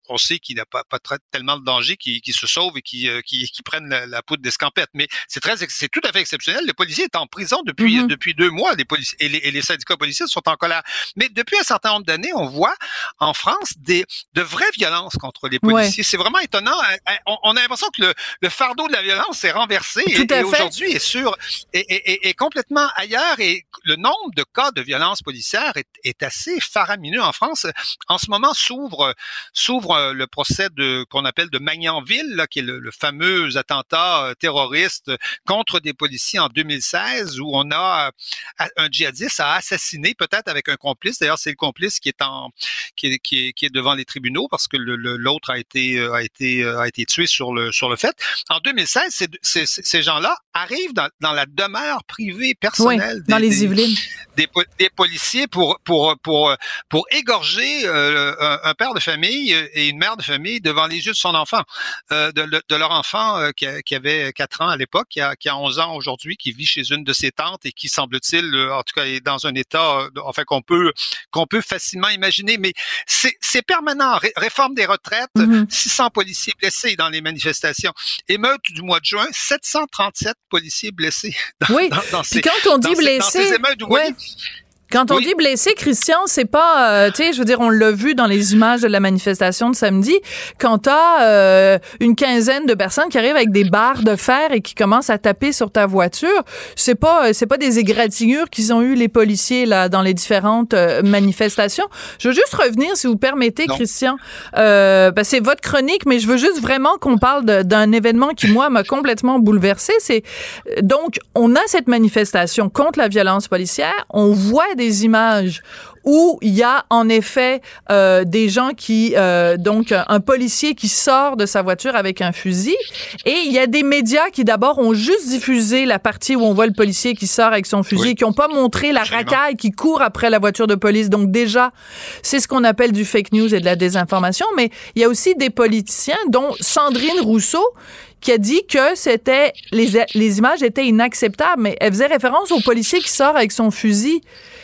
on sait qu'il n'a pas, pas très, tellement de danger, qu'il, qu'il se sauve et qu'il, euh, qu'il, qu'il prenne la, la poudre d'escampette. Mais c'est très, c'est tout à fait exceptionnel. Le policier est en prison depuis, mm-hmm. depuis deux mois. Les policiers et les, et les syndicats policiers sont en colère. Mais depuis un certain nombre d'années, on voit en France des, de vraies violences contre les policiers. Ouais. C'est vraiment étonnant. On, on a l'impression que le, le fardeau de la violence s'est renversé et, et aujourd'hui est sur, est, est, est complètement ailleurs et le nombre de cas de violence policière est, est assez faramineux en France. En ce moment s'ouvre, s'ouvre le procès de qu'on appelle de Magnanville, là, qui est le, le fameux attentat euh, terroriste contre des policiers en deux mille seize, où on a euh, un djihadiste a assassiné, peut-être avec un complice. D'ailleurs, c'est le complice qui est en qui est, qui est, qui est devant les tribunaux parce que le, le, l'autre a été a été a été tué sur le sur le fait. En deux mille seize, ces, ces, ces gens-là arrivent dans, dans la demeure privée personnelle oui, dans des, les Yvelines. Des, des, des policiers pour pour pour pour égorger euh, un, un père de famille et une mère de famille devant les yeux de son enfant, euh, de, de leur enfant euh, qui, qui avait quatre ans à l'époque, qui a, qui a onze ans aujourd'hui, qui vit chez une de ses tantes et qui semble-t-il, euh, en tout cas, est dans un état, euh, enfin qu'on peut qu'on peut facilement imaginer. Mais c'est, c'est permanent. Ré- réforme des retraites, mm-hmm. six cents policiers blessés dans les manifestations. Émeute du mois de juin, sept cent trente-sept policiers blessés. Dans, oui. Dans, dans Puis ces, quand on dit blessés, dans ces émeutes, vous ouais. voyez, quand on oui. dit blessé, Christian, c'est pas, euh, tu sais, je veux dire, on l'a vu dans les images de la manifestation de samedi, quand t'as euh, une quinzaine de personnes qui arrivent avec des barres de fer et qui commencent à taper sur ta voiture, c'est pas, c'est pas des égratignures qu'ils ont eu les policiers là dans les différentes euh, manifestations. Je veux juste revenir, si vous permettez, non. Christian. Euh, ben, c'est votre chronique, mais je veux juste vraiment qu'on parle de, d'un événement qui moi m'a complètement bouleversée. C'est donc on a cette manifestation contre la violence policière, on voit des images où il y a en effet euh, des gens qui, euh, donc un policier qui sort de sa voiture avec un fusil, et il y a des médias qui d'abord ont juste diffusé la partie où on voit le policier qui sort avec son fusil, oui. qui n'ont pas montré la Absolument. racaille qui court après la voiture de police. Donc déjà, c'est ce qu'on appelle du fake news et de la désinformation, mais il y a aussi des politiciens, dont Sandrine Rousseau, qui a dit que c'était les, les images étaient inacceptables, mais elle faisait référence au policier qui sort avec son fusil.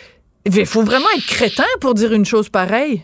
Il faut vraiment être crétin pour dire une chose pareille.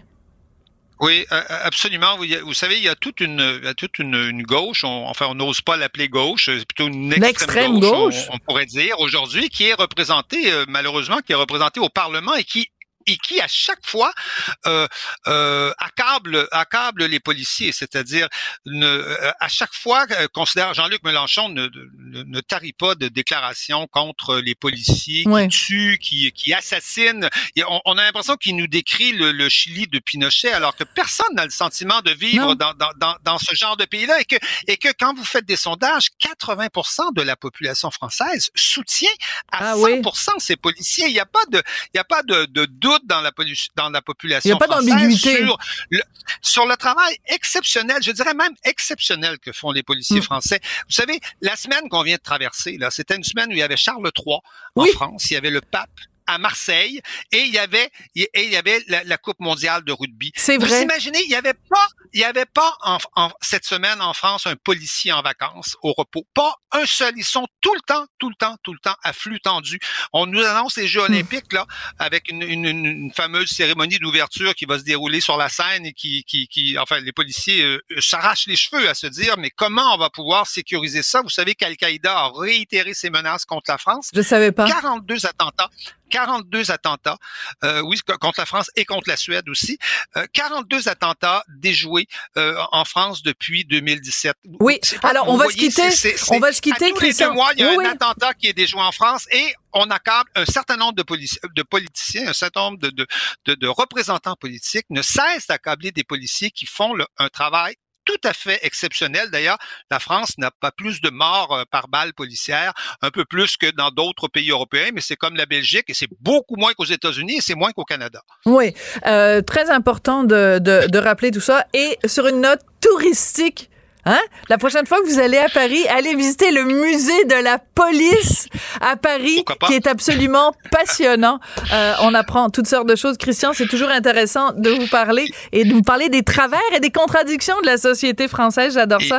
Oui, absolument. Vous, vous savez, il y a toute une, il y a toute une, une gauche, on, enfin, on n'ose pas l'appeler gauche, c'est plutôt une extrême, L'extrême gauche, gauche. On, on pourrait dire, aujourd'hui, qui est représentée, euh, malheureusement, qui est représentée au Parlement et qui et qui à chaque fois euh, euh, accable accable les policiers, c'est-à-dire ne, euh, à chaque fois euh, considère Jean-Luc Mélenchon ne, ne, ne tarit pas de déclarations contre les policiers ouais. qui tuent, qui qui assassinent. Et on, on a l'impression qu'il nous décrit le, le Chili de Pinochet, alors que personne n'a le sentiment de vivre dans, dans dans dans ce genre de pays-là, et que et que quand vous faites des sondages, quatre-vingts pour cent de la population française soutient à ah, cent pour cent oui. ces policiers. Il n'y a pas de il y a pas de, de doute dans la, dans la population. Il n'y a pas d'ambiguïté. Sur le, sur le travail exceptionnel, je dirais même exceptionnel que font les policiers mmh. français. Vous savez, la semaine qu'on vient de traverser, là, c'était une semaine où il y avait Charles trois en oui. France, il y avait le pape à Marseille, et il y avait et il y avait la, la Coupe mondiale de rugby. C'est vrai. Vous imaginez, il y avait pas il y avait pas en, en, cette semaine en France un policier en vacances au repos, pas un seul. Ils sont tout le temps, tout le temps, tout le temps à flux tendu. On nous annonce les Jeux olympiques là avec une, une, une fameuse cérémonie d'ouverture qui va se dérouler sur la scène et qui qui, qui enfin les policiers euh, s'arrachent les cheveux à se dire mais comment on va pouvoir sécuriser ça? Vous savez qu'Al-Qaïda a réitéré ses menaces contre la France. Je savais pas. quarante-deux attentats. quarante-deux attentats, euh, oui, contre la France et contre la Suède aussi. Euh, quarante-deux attentats déjoués euh, en France depuis deux mille dix-sept. Oui, pas, alors on va voyez, se quitter. C'est, c'est, on va se quitter, Christian. À tous les deux mois, il y a oui, un oui. attentat qui est déjoué en France et on accable un certain nombre de, polici- de politiciens, un certain nombre de, de, de, de représentants politiques ne cessent d'accabler des policiers qui font le, un travail tout à fait exceptionnel. D'ailleurs, la France n'a pas plus de morts euh, par balle policière, un peu plus que dans d'autres pays européens, mais c'est comme la Belgique et c'est beaucoup moins qu'aux États-Unis et c'est moins qu'au Canada. Oui, euh, très important de, de, de rappeler tout ça. Et sur une note touristique, hein? La prochaine fois que vous allez à Paris, allez visiter le musée de la police à Paris, qui est absolument passionnant. Euh, on apprend toutes sortes de choses. Christian, c'est toujours intéressant de vous parler et de vous parler des travers et des contradictions de la société française. J'adore et... ça.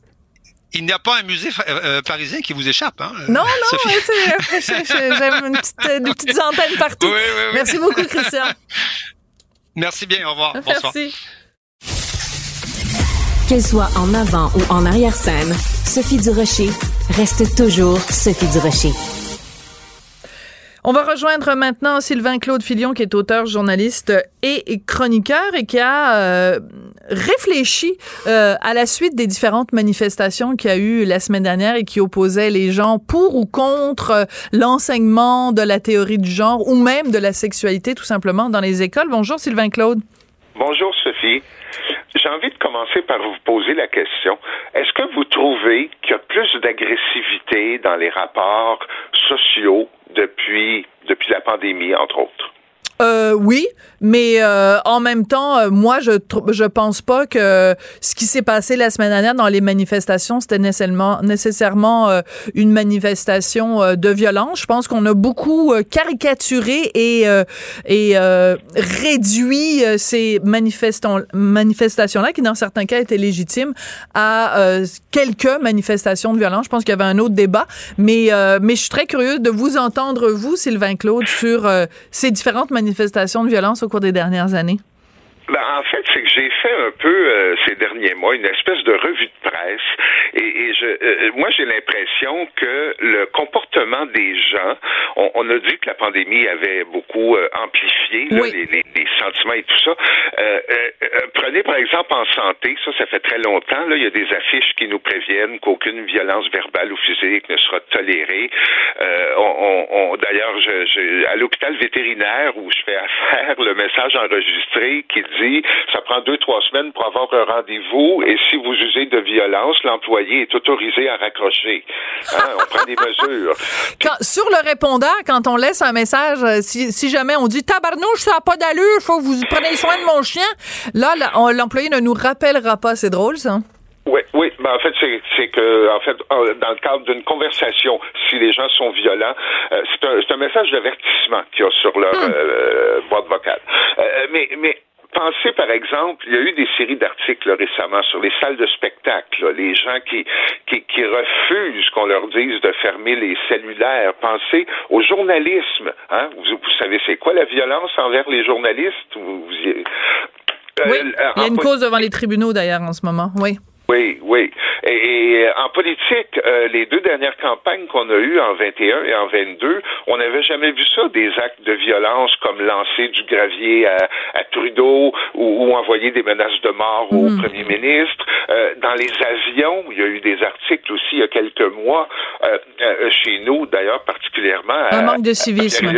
Il n'y a pas un musée euh, parisien qui vous échappe, hein? Non, non, c'est, c'est, j'aime une petite, des petites antennes partout. Oui, oui, oui. Merci beaucoup, Christian. Merci bien, au revoir. Merci. Bonsoir. Qu'elle soit en avant ou en arrière-scène, Sophie Durocher reste toujours Sophie Durocher. On va rejoindre maintenant Sylvain-Claude Filion, qui est auteur, journaliste et chroniqueur et qui a euh, réfléchi euh, à la suite des différentes manifestations qu'il y a eu la semaine dernière et qui opposaient les gens pour ou contre euh, l'enseignement de la théorie du genre ou même de la sexualité, tout simplement, dans les écoles. Bonjour Sylvain-Claude. Bonjour Sophie. J'ai envie de commencer par vous poser la question. Est-ce que vous trouvez qu'il y a plus d'agressivité dans les rapports sociaux depuis, depuis la pandémie, entre autres? Euh, oui, mais euh, en même temps, euh, moi, je je pense pas que ce qui s'est passé la semaine dernière dans les manifestations, c'était nécessairement nécessairement euh, une manifestation euh, de violence. Je pense qu'on a beaucoup euh, caricaturé et euh, et euh, réduit euh, ces manifestants manifestations-là, qui dans certains cas étaient légitimes, à euh, quelques manifestations de violence. Je pense qu'il y avait un autre débat, mais euh, mais je suis très curieuse de vous entendre, vous, Sylvain-Claude, sur euh, ces différentes manifestations manifestations de violence au cours des dernières années? Ben, en fait, c'est que j'ai fait un peu euh, ces derniers mois une espèce de revue de presse et, et je, euh, moi j'ai l'impression que le comportement des gens, on, on a dit que la pandémie avait beaucoup euh, amplifié là, oui. les, les, les sentiments et tout ça. Euh, euh, prenez par exemple en santé, ça, ça fait très longtemps. Là, il y a des affiches qui nous préviennent qu'aucune violence verbale ou physique ne sera tolérée. Euh, on, on, on, d'ailleurs, je, je, à l'hôpital vétérinaire où je fais affaire, le message enregistré qui dit ça prend deux, trois semaines pour avoir un rendez-vous et si vous usez de violence, l'employé est autorisé à raccrocher. Hein, on prend des mesures. Quand, sur le répondeur, quand on laisse un message, si, si jamais on dit tabarnouche, ça n'a pas d'allure, faut que vous preniez soin de mon chien, là, l'employé ne nous rappellera pas. C'est drôle, ça? Oui, oui. Ben, en fait, c'est, c'est que, en fait, dans le cadre d'une conversation, si les gens sont violents, euh, c'est, un, c'est un message d'avertissement qu'il y a sur leur hum. euh, boîte vocale. Euh, mais, mais, pensez, par exemple, il y a eu des séries d'articles là, récemment sur les salles de spectacle, là, les gens qui, qui, qui refusent qu'on leur dise de fermer les cellulaires. Pensez au journalisme. Hein? Vous, vous savez, c'est quoi la violence envers les journalistes? Vous, vous y... euh, oui, euh, il y a une cause devant les tribunaux, d'ailleurs, en ce moment. Oui. Oui, oui. Et, et en politique, euh, les deux dernières campagnes qu'on a eues en vingt et un et en vingt-deux, on n'avait jamais vu ça, des actes de violence comme lancer du gravier à, à Trudeau ou, ou envoyer des menaces de mort mmh. au premier ministre. Euh, dans les avions, il y a eu des articles aussi il y a quelques mois, euh, euh, chez nous d'ailleurs particulièrement. Un à, manque de civisme.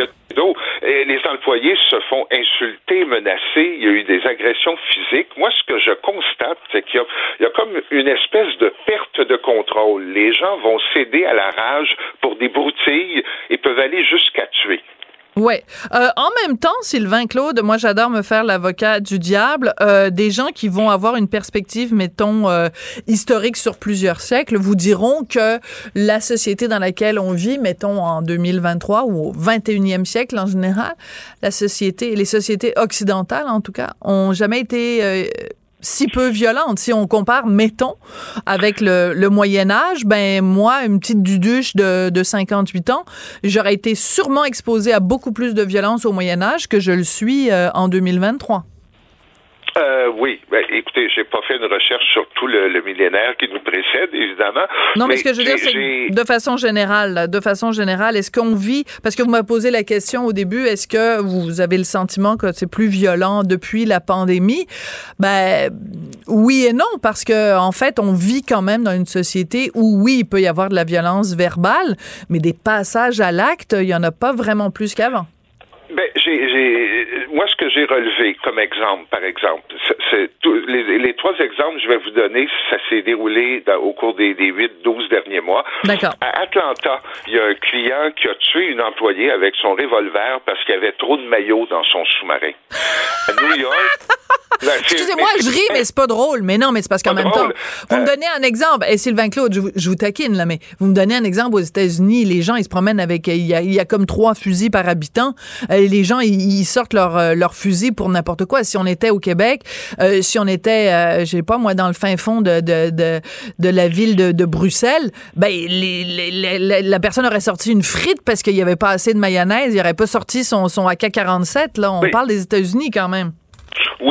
Et les employés se font insulter, menacer. Il y a eu des agressions physiques. Moi, ce que je constate, c'est qu'il y a, il y a comme une espèce de perte de contrôle. Les gens vont céder à la rage pour des broutilles et peuvent aller jusqu'à tuer. Oui. Euh, en même temps, Sylvain-Claude, moi, j'adore me faire l'avocat du diable. Euh, des gens qui vont avoir une perspective, mettons, euh, historique sur plusieurs siècles, vous diront que la société dans laquelle on vit, mettons, en deux mille vingt-trois ou au vingt et unième siècle en général, la société, les sociétés occidentales, en tout cas, ont jamais été... Euh, si peu violente. Si on compare, mettons, avec le, le Moyen-Âge, ben moi, une petite duduche de, de cinquante-huit ans, j'aurais été sûrement exposée à beaucoup plus de violence au Moyen-Âge que je le suis euh, en deux mille vingt-trois. Euh, oui, ben, écoutez, j'ai pas fait une recherche sur tout le, le millénaire qui nous précède, évidemment. Non, mais, mais ce que je veux dire, c'est que de façon générale, là, de façon générale, est-ce qu'on vit, parce que vous m'avez posé la question au début, est-ce que vous avez le sentiment que c'est plus violent depuis la pandémie? Ben, oui et non, parce que, en fait, on vit quand même dans une société où, oui, il peut y avoir de la violence verbale, mais des passages à l'acte, il y en a pas vraiment plus qu'avant. Ben, j'ai, j'ai, moi, ce que j'ai relevé comme exemple, par exemple, c'est, c'est tout, les, les trois exemples que je vais vous donner, ça s'est déroulé dans, au cours des, des huit douze derniers mois. D'accord. À Atlanta, il y a un client qui a tué une employée avec son revolver parce qu'il y avait trop de maillots dans son sous-marin. À New York... Là, excusez-moi, mais, je ris, mais c'est pas drôle. Mais non, mais c'est parce qu'en même drôle. temps, vous euh, me donnez un exemple. Et Sylvain-Claude, je, je vous taquine, là, mais vous me donnez un exemple aux États-Unis. Les gens, ils se promènent avec, il y a, il y a comme trois fusils par habitant. Et les gens, ils, ils sortent leur, leur fusil pour n'importe quoi. Si on était au Québec, euh, si on était, euh, je sais pas, moi, dans le fin fond de, de, de, de la ville de, de Bruxelles, ben, les, les, les, la personne aurait sorti une frite parce qu'il y avait pas assez de mayonnaise. Il aurait pas sorti son, son A K quarante-sept, là. On oui. parle des États-Unis quand même. Oui, c'est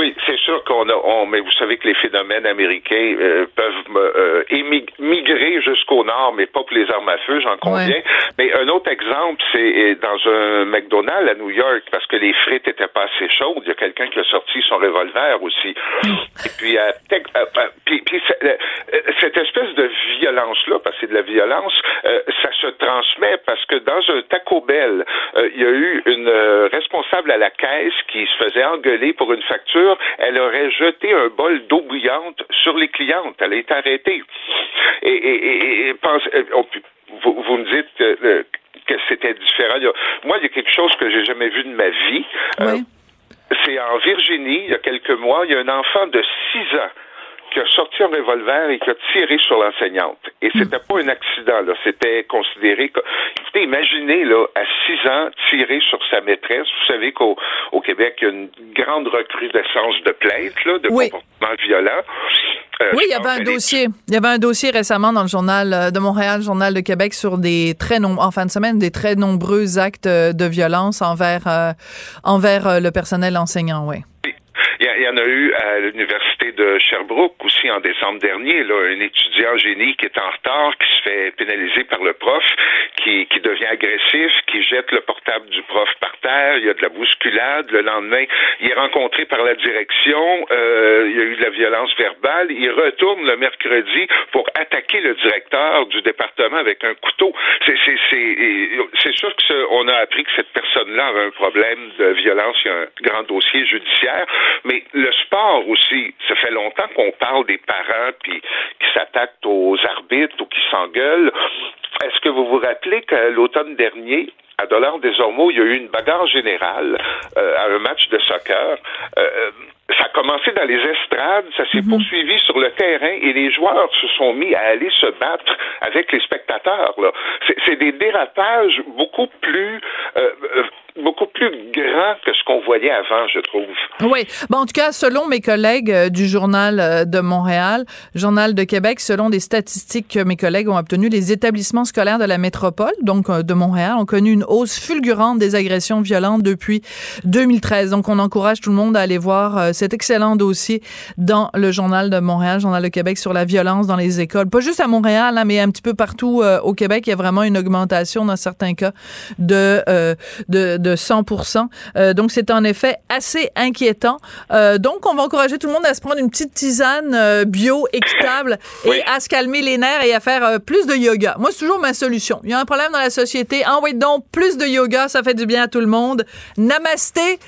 sûr qu'on a, on, mais vous savez que les phénomènes américains euh, peuvent euh, émigrer jusqu'au nord, mais pas pour les armes à feu, j'en conviens. Ouais. Mais un autre exemple, c'est dans un McDonald's à New York, parce que les frites étaient pas assez chaudes. Il y a quelqu'un qui a sorti son revolver aussi. Et puis, euh, euh, euh, puis, puis euh, cette espèce de violence-là, parce que c'est de la violence, euh, ça se transmet parce que dans un Taco Bell, euh, il y a eu une euh, responsable à la caisse qui se faisait engueuler pour une facture. Elle aurait jeté un bol d'eau bouillante sur les clientes. Elle a été arrêtée. Et, et, et, et pense, on, vous, vous me dites que, que c'était différent. Il y a, moi, il y a quelque chose que j'ai jamais vu de ma vie. Oui. Euh, c'est en Virginie, il y a quelques mois, il y a un enfant de six ans qui a sorti un revolver et qui a tiré sur l'enseignante. Et c'était mmh. pas un accident, là. C'était considéré que... Écoutez, imaginez, là, à six ans, tirer sur sa maîtresse. Vous savez qu'au au Québec, il y a une grande recrudescence de plaintes, là, de oui. comportements violents. Euh, oui, il y avait un dossier. Il y avait un dossier récemment dans le Journal de Montréal, Journal de Québec, sur des très nombreux, en fin de semaine, des très nombreux actes de violence envers, euh, envers le personnel enseignant, oui. Il y, y en a eu à l'université de Sherbrooke aussi en décembre dernier, là, un étudiant en génie qui est en retard, qui se fait pénaliser par le prof, qui, qui devient agressif, qui jette le portable du prof par terre, il y a de la bousculade, le lendemain, il est rencontré par la direction, euh, il y a eu de la violence verbale, il retourne le mercredi pour attaquer le directeur du département avec un couteau. C'est, c'est, c'est, c'est sûr que ce, on a appris que cette personne-là avait un problème de violence, il y a un grand dossier judiciaire. Mais le sport aussi, ça fait longtemps qu'on parle des parents puis qui s'attaquent aux arbitres ou qui s'engueulent. Est-ce que vous vous rappelez qu'à l'automne dernier, à Dollard-des-Ormeaux, il y a eu une bagarre générale euh, à un match de soccer. Euh, ça a commencé dans les estrades, ça s'est mm-hmm. poursuivi sur le terrain et les joueurs se sont mis à aller se battre avec les spectateurs. Là. C'est, c'est des dérapages beaucoup plus... Euh, euh, beaucoup plus grand que ce qu'on voyait avant, je trouve. Oui. Bon, en tout cas, selon mes collègues euh, du Journal euh, de Montréal, Journal de Québec, selon des statistiques que mes collègues ont obtenues, les établissements scolaires de la métropole, donc euh, de Montréal, ont connu une hausse fulgurante des agressions violentes depuis deux mille treize. Donc, on encourage tout le monde à aller voir euh, cet excellent dossier dans le Journal de Montréal, Journal de Québec, sur la violence dans les écoles. Pas juste à Montréal, hein, mais un petit peu partout euh, au Québec. Il y a vraiment une augmentation, dans certains cas, de, euh, de, de de cent pour cent. Euh, donc, c'est en effet assez inquiétant. Euh, donc, on va encourager tout le monde à se prendre une petite tisane euh, bio, équitable et oui. à se calmer les nerfs et à faire euh, plus de yoga. Moi, c'est toujours ma solution. Il y a un problème dans la société. Envoyez donc plus de yoga, ça fait du bien à tout le monde. Namasté.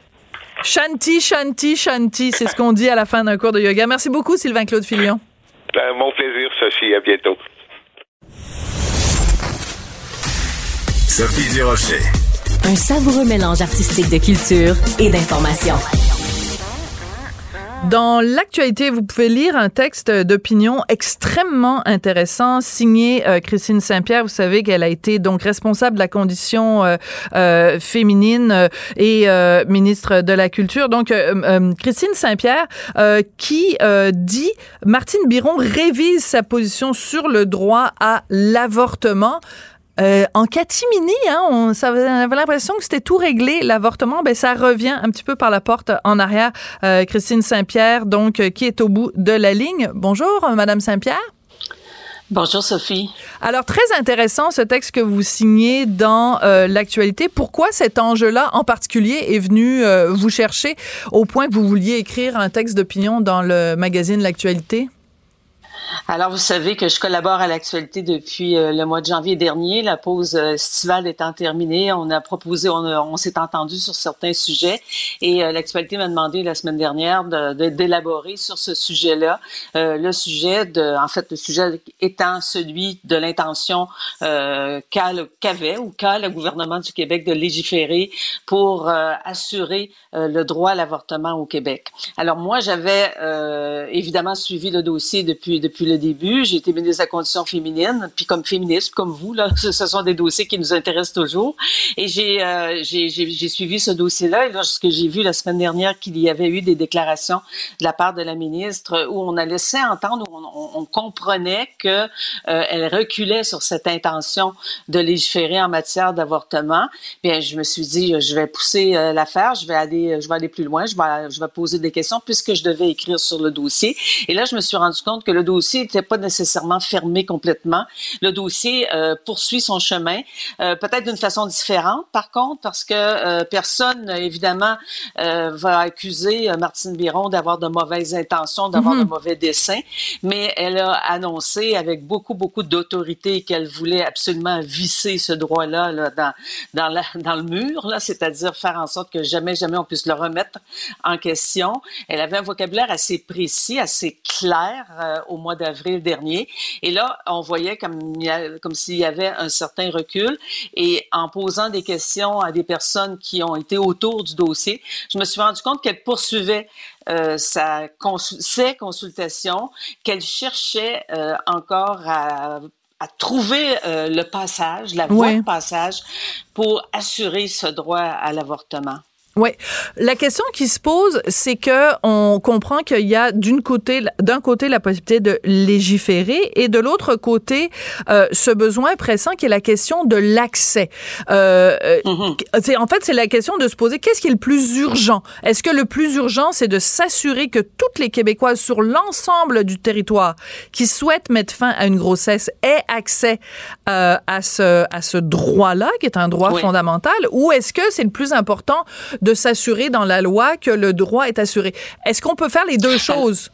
Shanti, shanti, shanti. C'est ce qu'on dit à la fin d'un cours de yoga. Merci beaucoup, Sylvain-Claude Filion. Ben, mon plaisir, Sophie. À bientôt. Sophie Durocher. Un savoureux mélange artistique de culture et d'information. Dans l'actualité, vous pouvez lire un texte d'opinion extrêmement intéressant signé euh, Christine Saint-Pierre. Vous savez qu'elle a été donc responsable de la condition euh, euh, féminine euh, et euh, ministre de la Culture. Donc, euh, euh, Christine Saint-Pierre euh, qui euh, dit « Martine Biron révise sa position sur le droit à l'avortement ». Euh, en catimini, hein, on, ça, on avait l'impression que c'était tout réglé, l'avortement. Ben, ça revient un petit peu par la porte en arrière. Euh, Christine Saint-Pierre, donc, euh, qui est au bout de la ligne. Bonjour, Madame Saint-Pierre. Bonjour, Sophie. Alors, très intéressant ce texte que vous signez dans euh, l'actualité. Pourquoi cet enjeu-là, en particulier, est venu euh, vous chercher au point que vous vouliez écrire un texte d'opinion dans le magazine L'Actualité? Alors, vous savez que je collabore à l'actualité depuis euh, le mois de janvier dernier. La pause euh, estivale étant terminée, on a proposé, on, a, on s'est entendu sur certains sujets et euh, l'actualité m'a demandé la semaine dernière de, de, d'élaborer sur ce sujet-là. Euh, le sujet, de, en fait, le sujet étant celui de l'intention euh, qu'a, qu'avait ou qu'a le gouvernement du Québec de légiférer pour euh, assurer euh, le droit à l'avortement au Québec. Alors, moi, j'avais euh, évidemment suivi le dossier depuis depuis depuis le début. J'ai été ministre de la Condition féminine, puis comme féministe, comme vous, là, ce, ce sont des dossiers qui nous intéressent toujours. Et j'ai, euh, j'ai, j'ai, j'ai suivi ce dossier-là. Et là, ce que j'ai vu la semaine dernière, qu'il y avait eu des déclarations de la part de la ministre où on a laissé entendre, où on, on, on comprenait que euh, elle reculait sur cette intention de légiférer en matière d'avortement. Bien, je me suis dit, je vais pousser euh, l'affaire, je vais aller, je vais aller plus loin, je vais, je vais poser des questions puisque je devais écrire sur le dossier. Et là, je me suis rendu compte que le dossier n'était pas nécessairement fermé complètement. Le dossier euh, poursuit son chemin, euh, peut-être d'une façon différente, par contre, parce que euh, personne, évidemment, euh, va accuser euh, Martine Biron d'avoir de mauvaises intentions, d'avoir mm-hmm. de mauvais desseins, mais elle a annoncé avec beaucoup, beaucoup d'autorité qu'elle voulait absolument visser ce droit-là là, dans, dans, la, dans le mur, là, c'est-à-dire faire en sorte que jamais, jamais on puisse le remettre en question. Elle avait un vocabulaire assez précis, assez clair euh, au mois d'avril dernier. Et là, on voyait comme, comme s'il y avait un certain recul. Et en posant des questions à des personnes qui ont été autour du dossier, je me suis rendu compte qu'elle poursuivait euh, sa consul- ses consultations, qu'elle cherchait euh, encore à à trouver euh, le passage, la voie oui. de passage pour assurer ce droit à l'avortement. Oui. La question qui se pose, c'est que on comprend qu'il y a d'une côté, d'un côté la possibilité de légiférer et de l'autre côté euh, ce besoin pressant qui est la question de l'accès. Euh, mm-hmm. c'est, en fait, c'est la question de se poser qu'est-ce qui est le plus urgent. Est-ce que le plus urgent, c'est de s'assurer que toutes les Québécoises sur l'ensemble du territoire qui souhaitent mettre fin à une grossesse aient accès euh, à ce à ce droit-là, qui est un droit oui. fondamental, ou est-ce que c'est le plus important de s'assurer dans la loi que le droit est assuré? Est-ce qu'on peut faire les deux choses?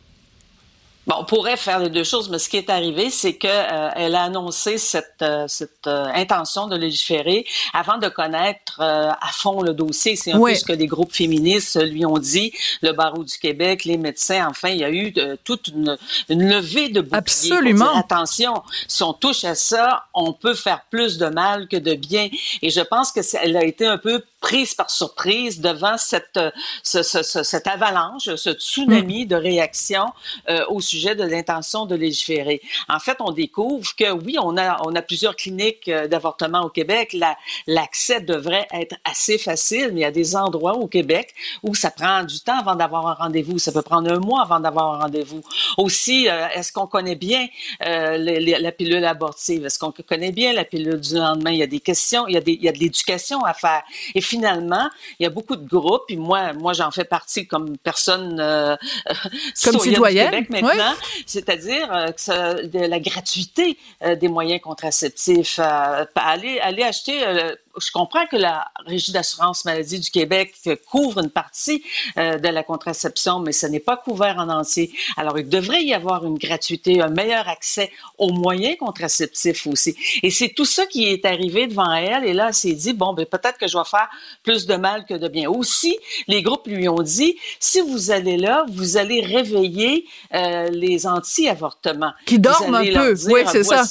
Bon, on pourrait faire les deux choses, mais ce qui est arrivé, c'est que euh, elle a annoncé cette euh, cette euh, intention de légiférer avant de connaître euh, à fond le dossier. C'est un oui. peu ce que les groupes féministes lui ont dit, le barreau du Québec, les médecins. Enfin, il y a eu euh, toute une, une levée de boucliers. Absolument. Pour dire, attention, si on touche à ça, on peut faire plus de mal que de bien. Et je pense que c'est, elle a été un peu prise par surprise devant cette ce, ce, ce, cette avalanche, ce tsunami mmh. de réaction euh, au sujet de l'intention de légiférer. En fait, on découvre que oui, on a on a plusieurs cliniques d'avortement au Québec. La, l'accès devrait être assez facile, mais il y a des endroits au Québec où ça prend du temps avant d'avoir un rendez-vous. Ça peut prendre un mois avant d'avoir un rendez-vous. Aussi, euh, est-ce qu'on connaît bien euh, les, les, la pilule abortive? Est-ce qu'on connaît bien la pilule du lendemain? Il y a des questions, il y a des il y a de l'éducation à faire. Et finalement, il y a beaucoup de groupes, et moi, moi j'en fais partie comme personne euh, comme citoyenne du Québec maintenant. Oui. C'est-à-dire euh, que ça, de la gratuité euh, des moyens contraceptifs. Euh, aller, aller acheter... Euh, je comprends que la Régie d'assurance maladie du Québec couvre une partie euh, de la contraception, mais ce n'est pas couvert en entier. Alors, il devrait y avoir une gratuité, un meilleur accès aux moyens contraceptifs aussi. Et c'est tout ça qui est arrivé devant elle. Et là, elle s'est dit, bon, ben peut-être que je vais faire plus de mal que de bien. Aussi, les groupes lui ont dit, si vous allez là, vous allez réveiller euh, les anti-avortements. Qui dorment un peu, dire, oui, c'est ça.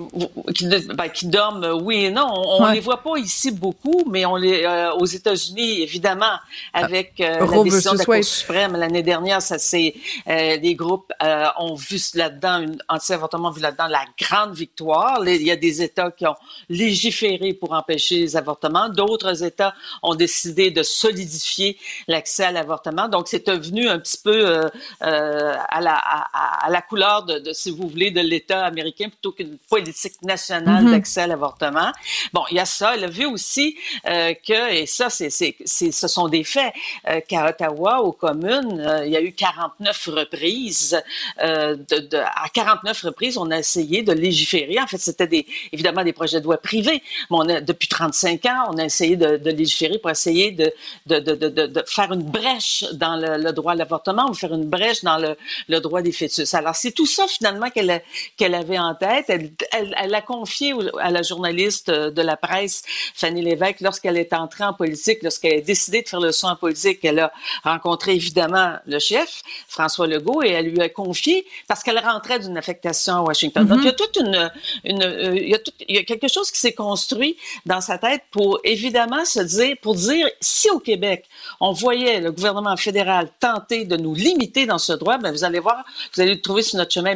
Qui, ben, qui dorment, oui et non. On ne ouais. les voit pas ici beaucoup, mais on les euh, aux États-Unis, évidemment, avec euh, la décision de la Cour suprême l'année dernière, ça c'est euh, des groupes euh, ont vu là-dedans, une anti-avortement vu là-dedans la grande victoire. Il y a des États qui ont légiféré pour empêcher les avortements, d'autres États ont décidé de solidifier l'accès à l'avortement. Donc c'est devenu un petit peu euh, euh, à la à, à la couleur de, de, si vous voulez, de l'État américain plutôt qu'une politique nationale mm-hmm. d'accès à l'avortement. Bon, il y a ça. Elle a vu aussi euh, que, et ça, c'est, c'est, c'est, ce sont des faits, euh, qu'à Ottawa, aux communes, euh, il y a eu quarante-neuf reprises. Euh, de, de, à quarante-neuf reprises, on a essayé de légiférer. En fait, c'était des, évidemment des projets de loi privés. Mais on a, depuis trente-cinq ans, on a essayé de, de légiférer pour essayer de, de, de, de, de faire une brèche dans le, le droit à l'avortement ou faire une brèche dans le, le droit des fœtus. Alors, c'est tout ça, finalement, qu'elle, a, qu'elle avait en tête. Elle, Elle, elle a confié à la journaliste de la presse, Fanny Lévesque, lorsqu'elle est entrée en politique, lorsqu'elle a décidé de faire le saut en politique, elle a rencontré évidemment le chef, François Legault, et elle lui a confié, parce qu'elle rentrait d'une affectation à Washington. Mm-hmm. Donc, il y a toute une... une euh, il, y a tout, il y a quelque chose qui s'est construit dans sa tête pour, évidemment, se dire, pour dire, si au Québec, on voyait le gouvernement fédéral tenter de nous limiter dans ce droit, ben vous allez voir, vous allez le trouver sur notre chemin, mais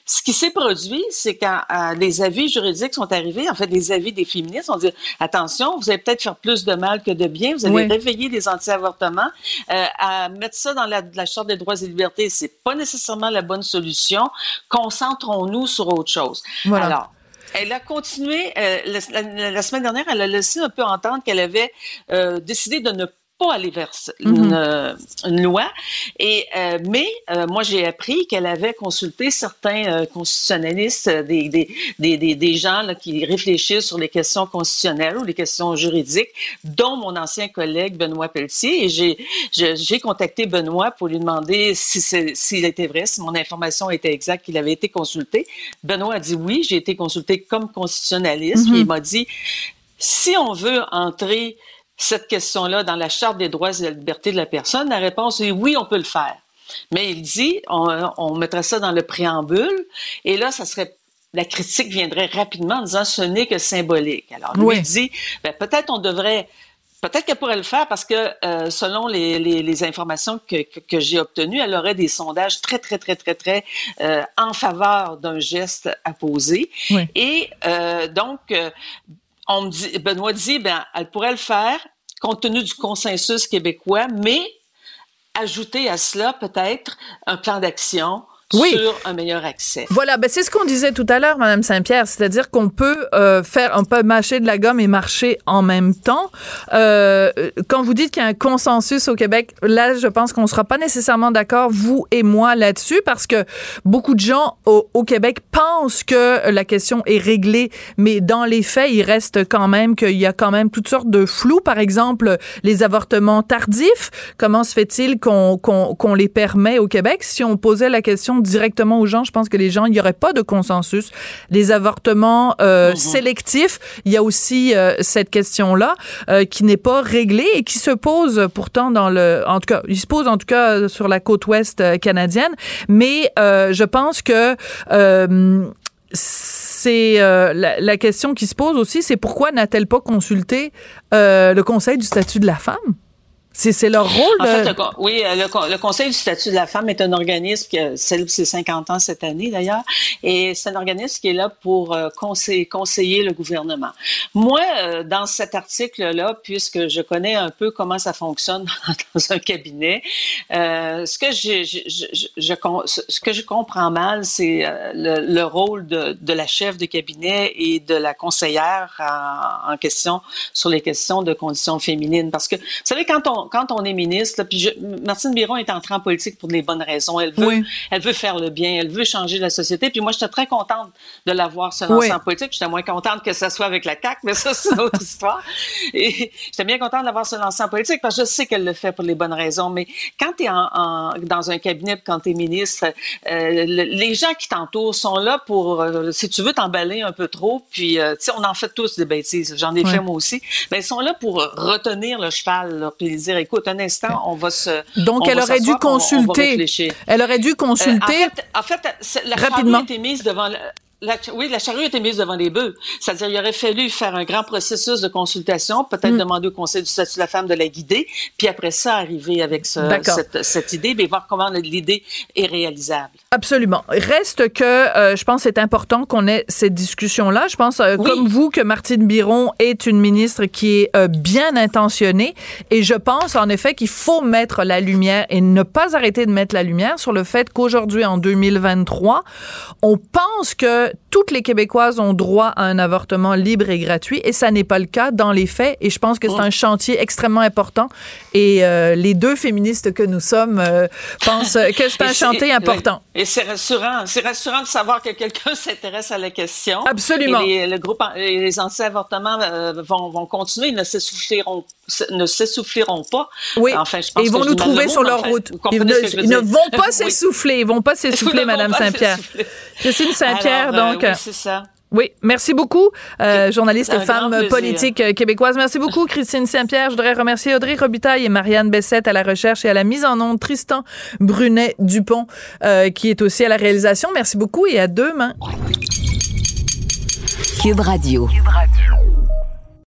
ce qui s'est produit, c'est quand euh, les avis juridiques sont arrivés, en fait, les avis des féministes, on dit attention, vous allez peut-être faire plus de mal que de bien, vous allez oui. réveiller les anti-avortements, euh, à mettre ça dans la, la Charte des droits et libertés, c'est pas nécessairement la bonne solution. Concentrons-nous sur autre chose. Voilà. Alors, elle a continué, euh, la, la, la semaine dernière, elle a laissé un peu entendre qu'elle avait euh, décidé de ne pas aller vers une, mm-hmm. une loi. Et, euh, mais euh, moi, j'ai appris qu'elle avait consulté certains euh, constitutionnalistes, des, des, des, des, des gens là, qui réfléchissent sur les questions constitutionnelles ou les questions juridiques, dont mon ancien collègue Benoît Pelletier. Et j'ai, j'ai, j'ai contacté Benoît pour lui demander si c'est, s'il était vrai, si mon information était exacte, qu'il avait été consulté. Benoît a dit oui, j'ai été consulté comme constitutionnaliste. Mm-hmm. Et il m'a dit, si on veut entrer cette question-là dans la Charte des droits et de la liberté de la personne, la réponse est oui, on peut le faire. Mais il dit, on, on mettrait ça dans le préambule, et là, ça serait, la critique viendrait rapidement en disant, ce n'est que symbolique. Alors, lui oui. dit, ben, peut-être on devrait, peut-être qu'elle pourrait le faire parce que, euh, selon les, les, les informations que, que, que j'ai obtenues, elle aurait des sondages très, très, très, très, très euh, en faveur d'un geste à poser. Oui. Et euh, donc, euh, on me dit, Benoît dit, ben, elle pourrait le faire compte tenu du consensus québécois, mais ajouter à cela peut-être un plan d'action oui. sur un meilleur accès. Voilà, ben c'est ce qu'on disait tout à l'heure, Madame Saint-Pierre, c'est-à-dire qu'on peut euh, faire, on peut mâcher de la gomme et marcher en même temps. Euh, quand vous dites qu'il y a un consensus au Québec, là, je pense qu'on ne sera pas nécessairement d'accord, vous et moi, là-dessus, parce que beaucoup de gens au, au Québec pensent que la question est réglée, mais dans les faits, il reste quand même qu'il y a quand même toutes sortes de flous. Par exemple, les avortements tardifs, comment se fait-il qu'on, qu'on, qu'on les permet au Québec? Si on posait la question directement aux gens, je pense que les gens, il n'y aurait pas de consensus. Les avortements euh, mmh. sélectifs, il y a aussi euh, cette question-là euh, qui n'est pas réglée et qui se pose pourtant dans le... En tout cas, il se pose en tout cas sur la côte ouest canadienne, mais euh, je pense que... Euh, c'est euh, la, la question qui se pose aussi, c'est pourquoi n'a-t-elle pas consulté euh, le Conseil du statut de la femme? C'est, c'est leur rôle de... En fait, le, oui, le, le Conseil du statut de la femme est un organisme qui célèbre ses cinquante ans cette année, d'ailleurs, et c'est un organisme qui est là pour euh, conseiller, conseiller le gouvernement. Moi, euh, dans cet article-là, puisque je connais un peu comment ça fonctionne dans un cabinet, euh, ce que je, je, je, je, ce que je comprends mal, c'est euh, le, le rôle de, de la chef de cabinet et de la conseillère en, en question sur les questions de conditions féminines. Parce que, vous savez, quand on Quand on est ministre, là, puis je, Martine Biron est entrée en politique pour les bonnes raisons. Elle veut, oui. elle veut faire le bien, elle veut changer la société. Puis moi, j'étais très contente de la voir se lancer oui. en politique. J'étais moins contente que ça soit avec la C A Q, mais ça, c'est une autre histoire. Et j'étais bien contente de la voir se lancer en politique parce que je sais qu'elle le fait pour les bonnes raisons. Mais quand tu es en, en, dans un cabinet, quand tu es ministre, euh, le, les gens qui t'entourent sont là pour, euh, si tu veux, t'emballer un peu trop. Puis, euh, tu sais, on en fait tous des bêtises. J'en ai oui. fait moi aussi. Mais ils sont là pour retenir le cheval, là, puis dire, écoute, un instant, on va se... Donc, elle aurait dû consulter. Elle aurait dû consulter. Euh, en fait, en fait, la charrue a été mise devant... Le, La, oui, la charrue a été mise devant les bœufs. C'est-à-dire, il aurait fallu faire un grand processus de consultation, peut-être mmh. demander au Conseil du statut de la femme de la guider, puis après ça, arriver avec ce, cette, cette idée, mais voir comment l'idée est réalisable. Absolument. Reste que euh, je pense que c'est important qu'on ait cette discussion-là. Je pense, euh, oui. comme vous, que Martine Biron est une ministre qui est euh, bien intentionnée, et je pense, en effet, qu'il faut mettre la lumière et ne pas arrêter de mettre la lumière sur le fait qu'aujourd'hui, en deux mille vingt-trois, on pense que toutes les Québécoises ont droit à un avortement libre et gratuit, et ça n'est pas le cas dans les faits, et je pense que c'est un chantier extrêmement important, et euh, les deux féministes que nous sommes euh, pensent que c'est un chantier important. Et c'est rassurant, c'est rassurant de savoir que quelqu'un s'intéresse à la question. Absolument. Et les, le groupe, les anti-avortements euh, vont, vont continuer, ils ne s'essouffleront, ne s'essouffleront pas. Oui, enfin, je pense et ils vont nous trouver sur leur route. Ils ne, ils ne vont pas oui. s'essouffler, ils ne vont pas s'essouffler, Madame Saint-Pierre. Christine Saint-Pierre, Alors, donc... Euh, oui, c'est ça. Oui, merci beaucoup, euh, journaliste et femme politique québécoise. Merci beaucoup, Christine Saint-Pierre. Je voudrais remercier Audrey Robitaille et Marianne Bessette à la recherche et à la mise en onde, Tristan Brunet-Dupont, euh, qui est aussi à la réalisation. Merci beaucoup et à demain. Cube Radio. Cube Radio.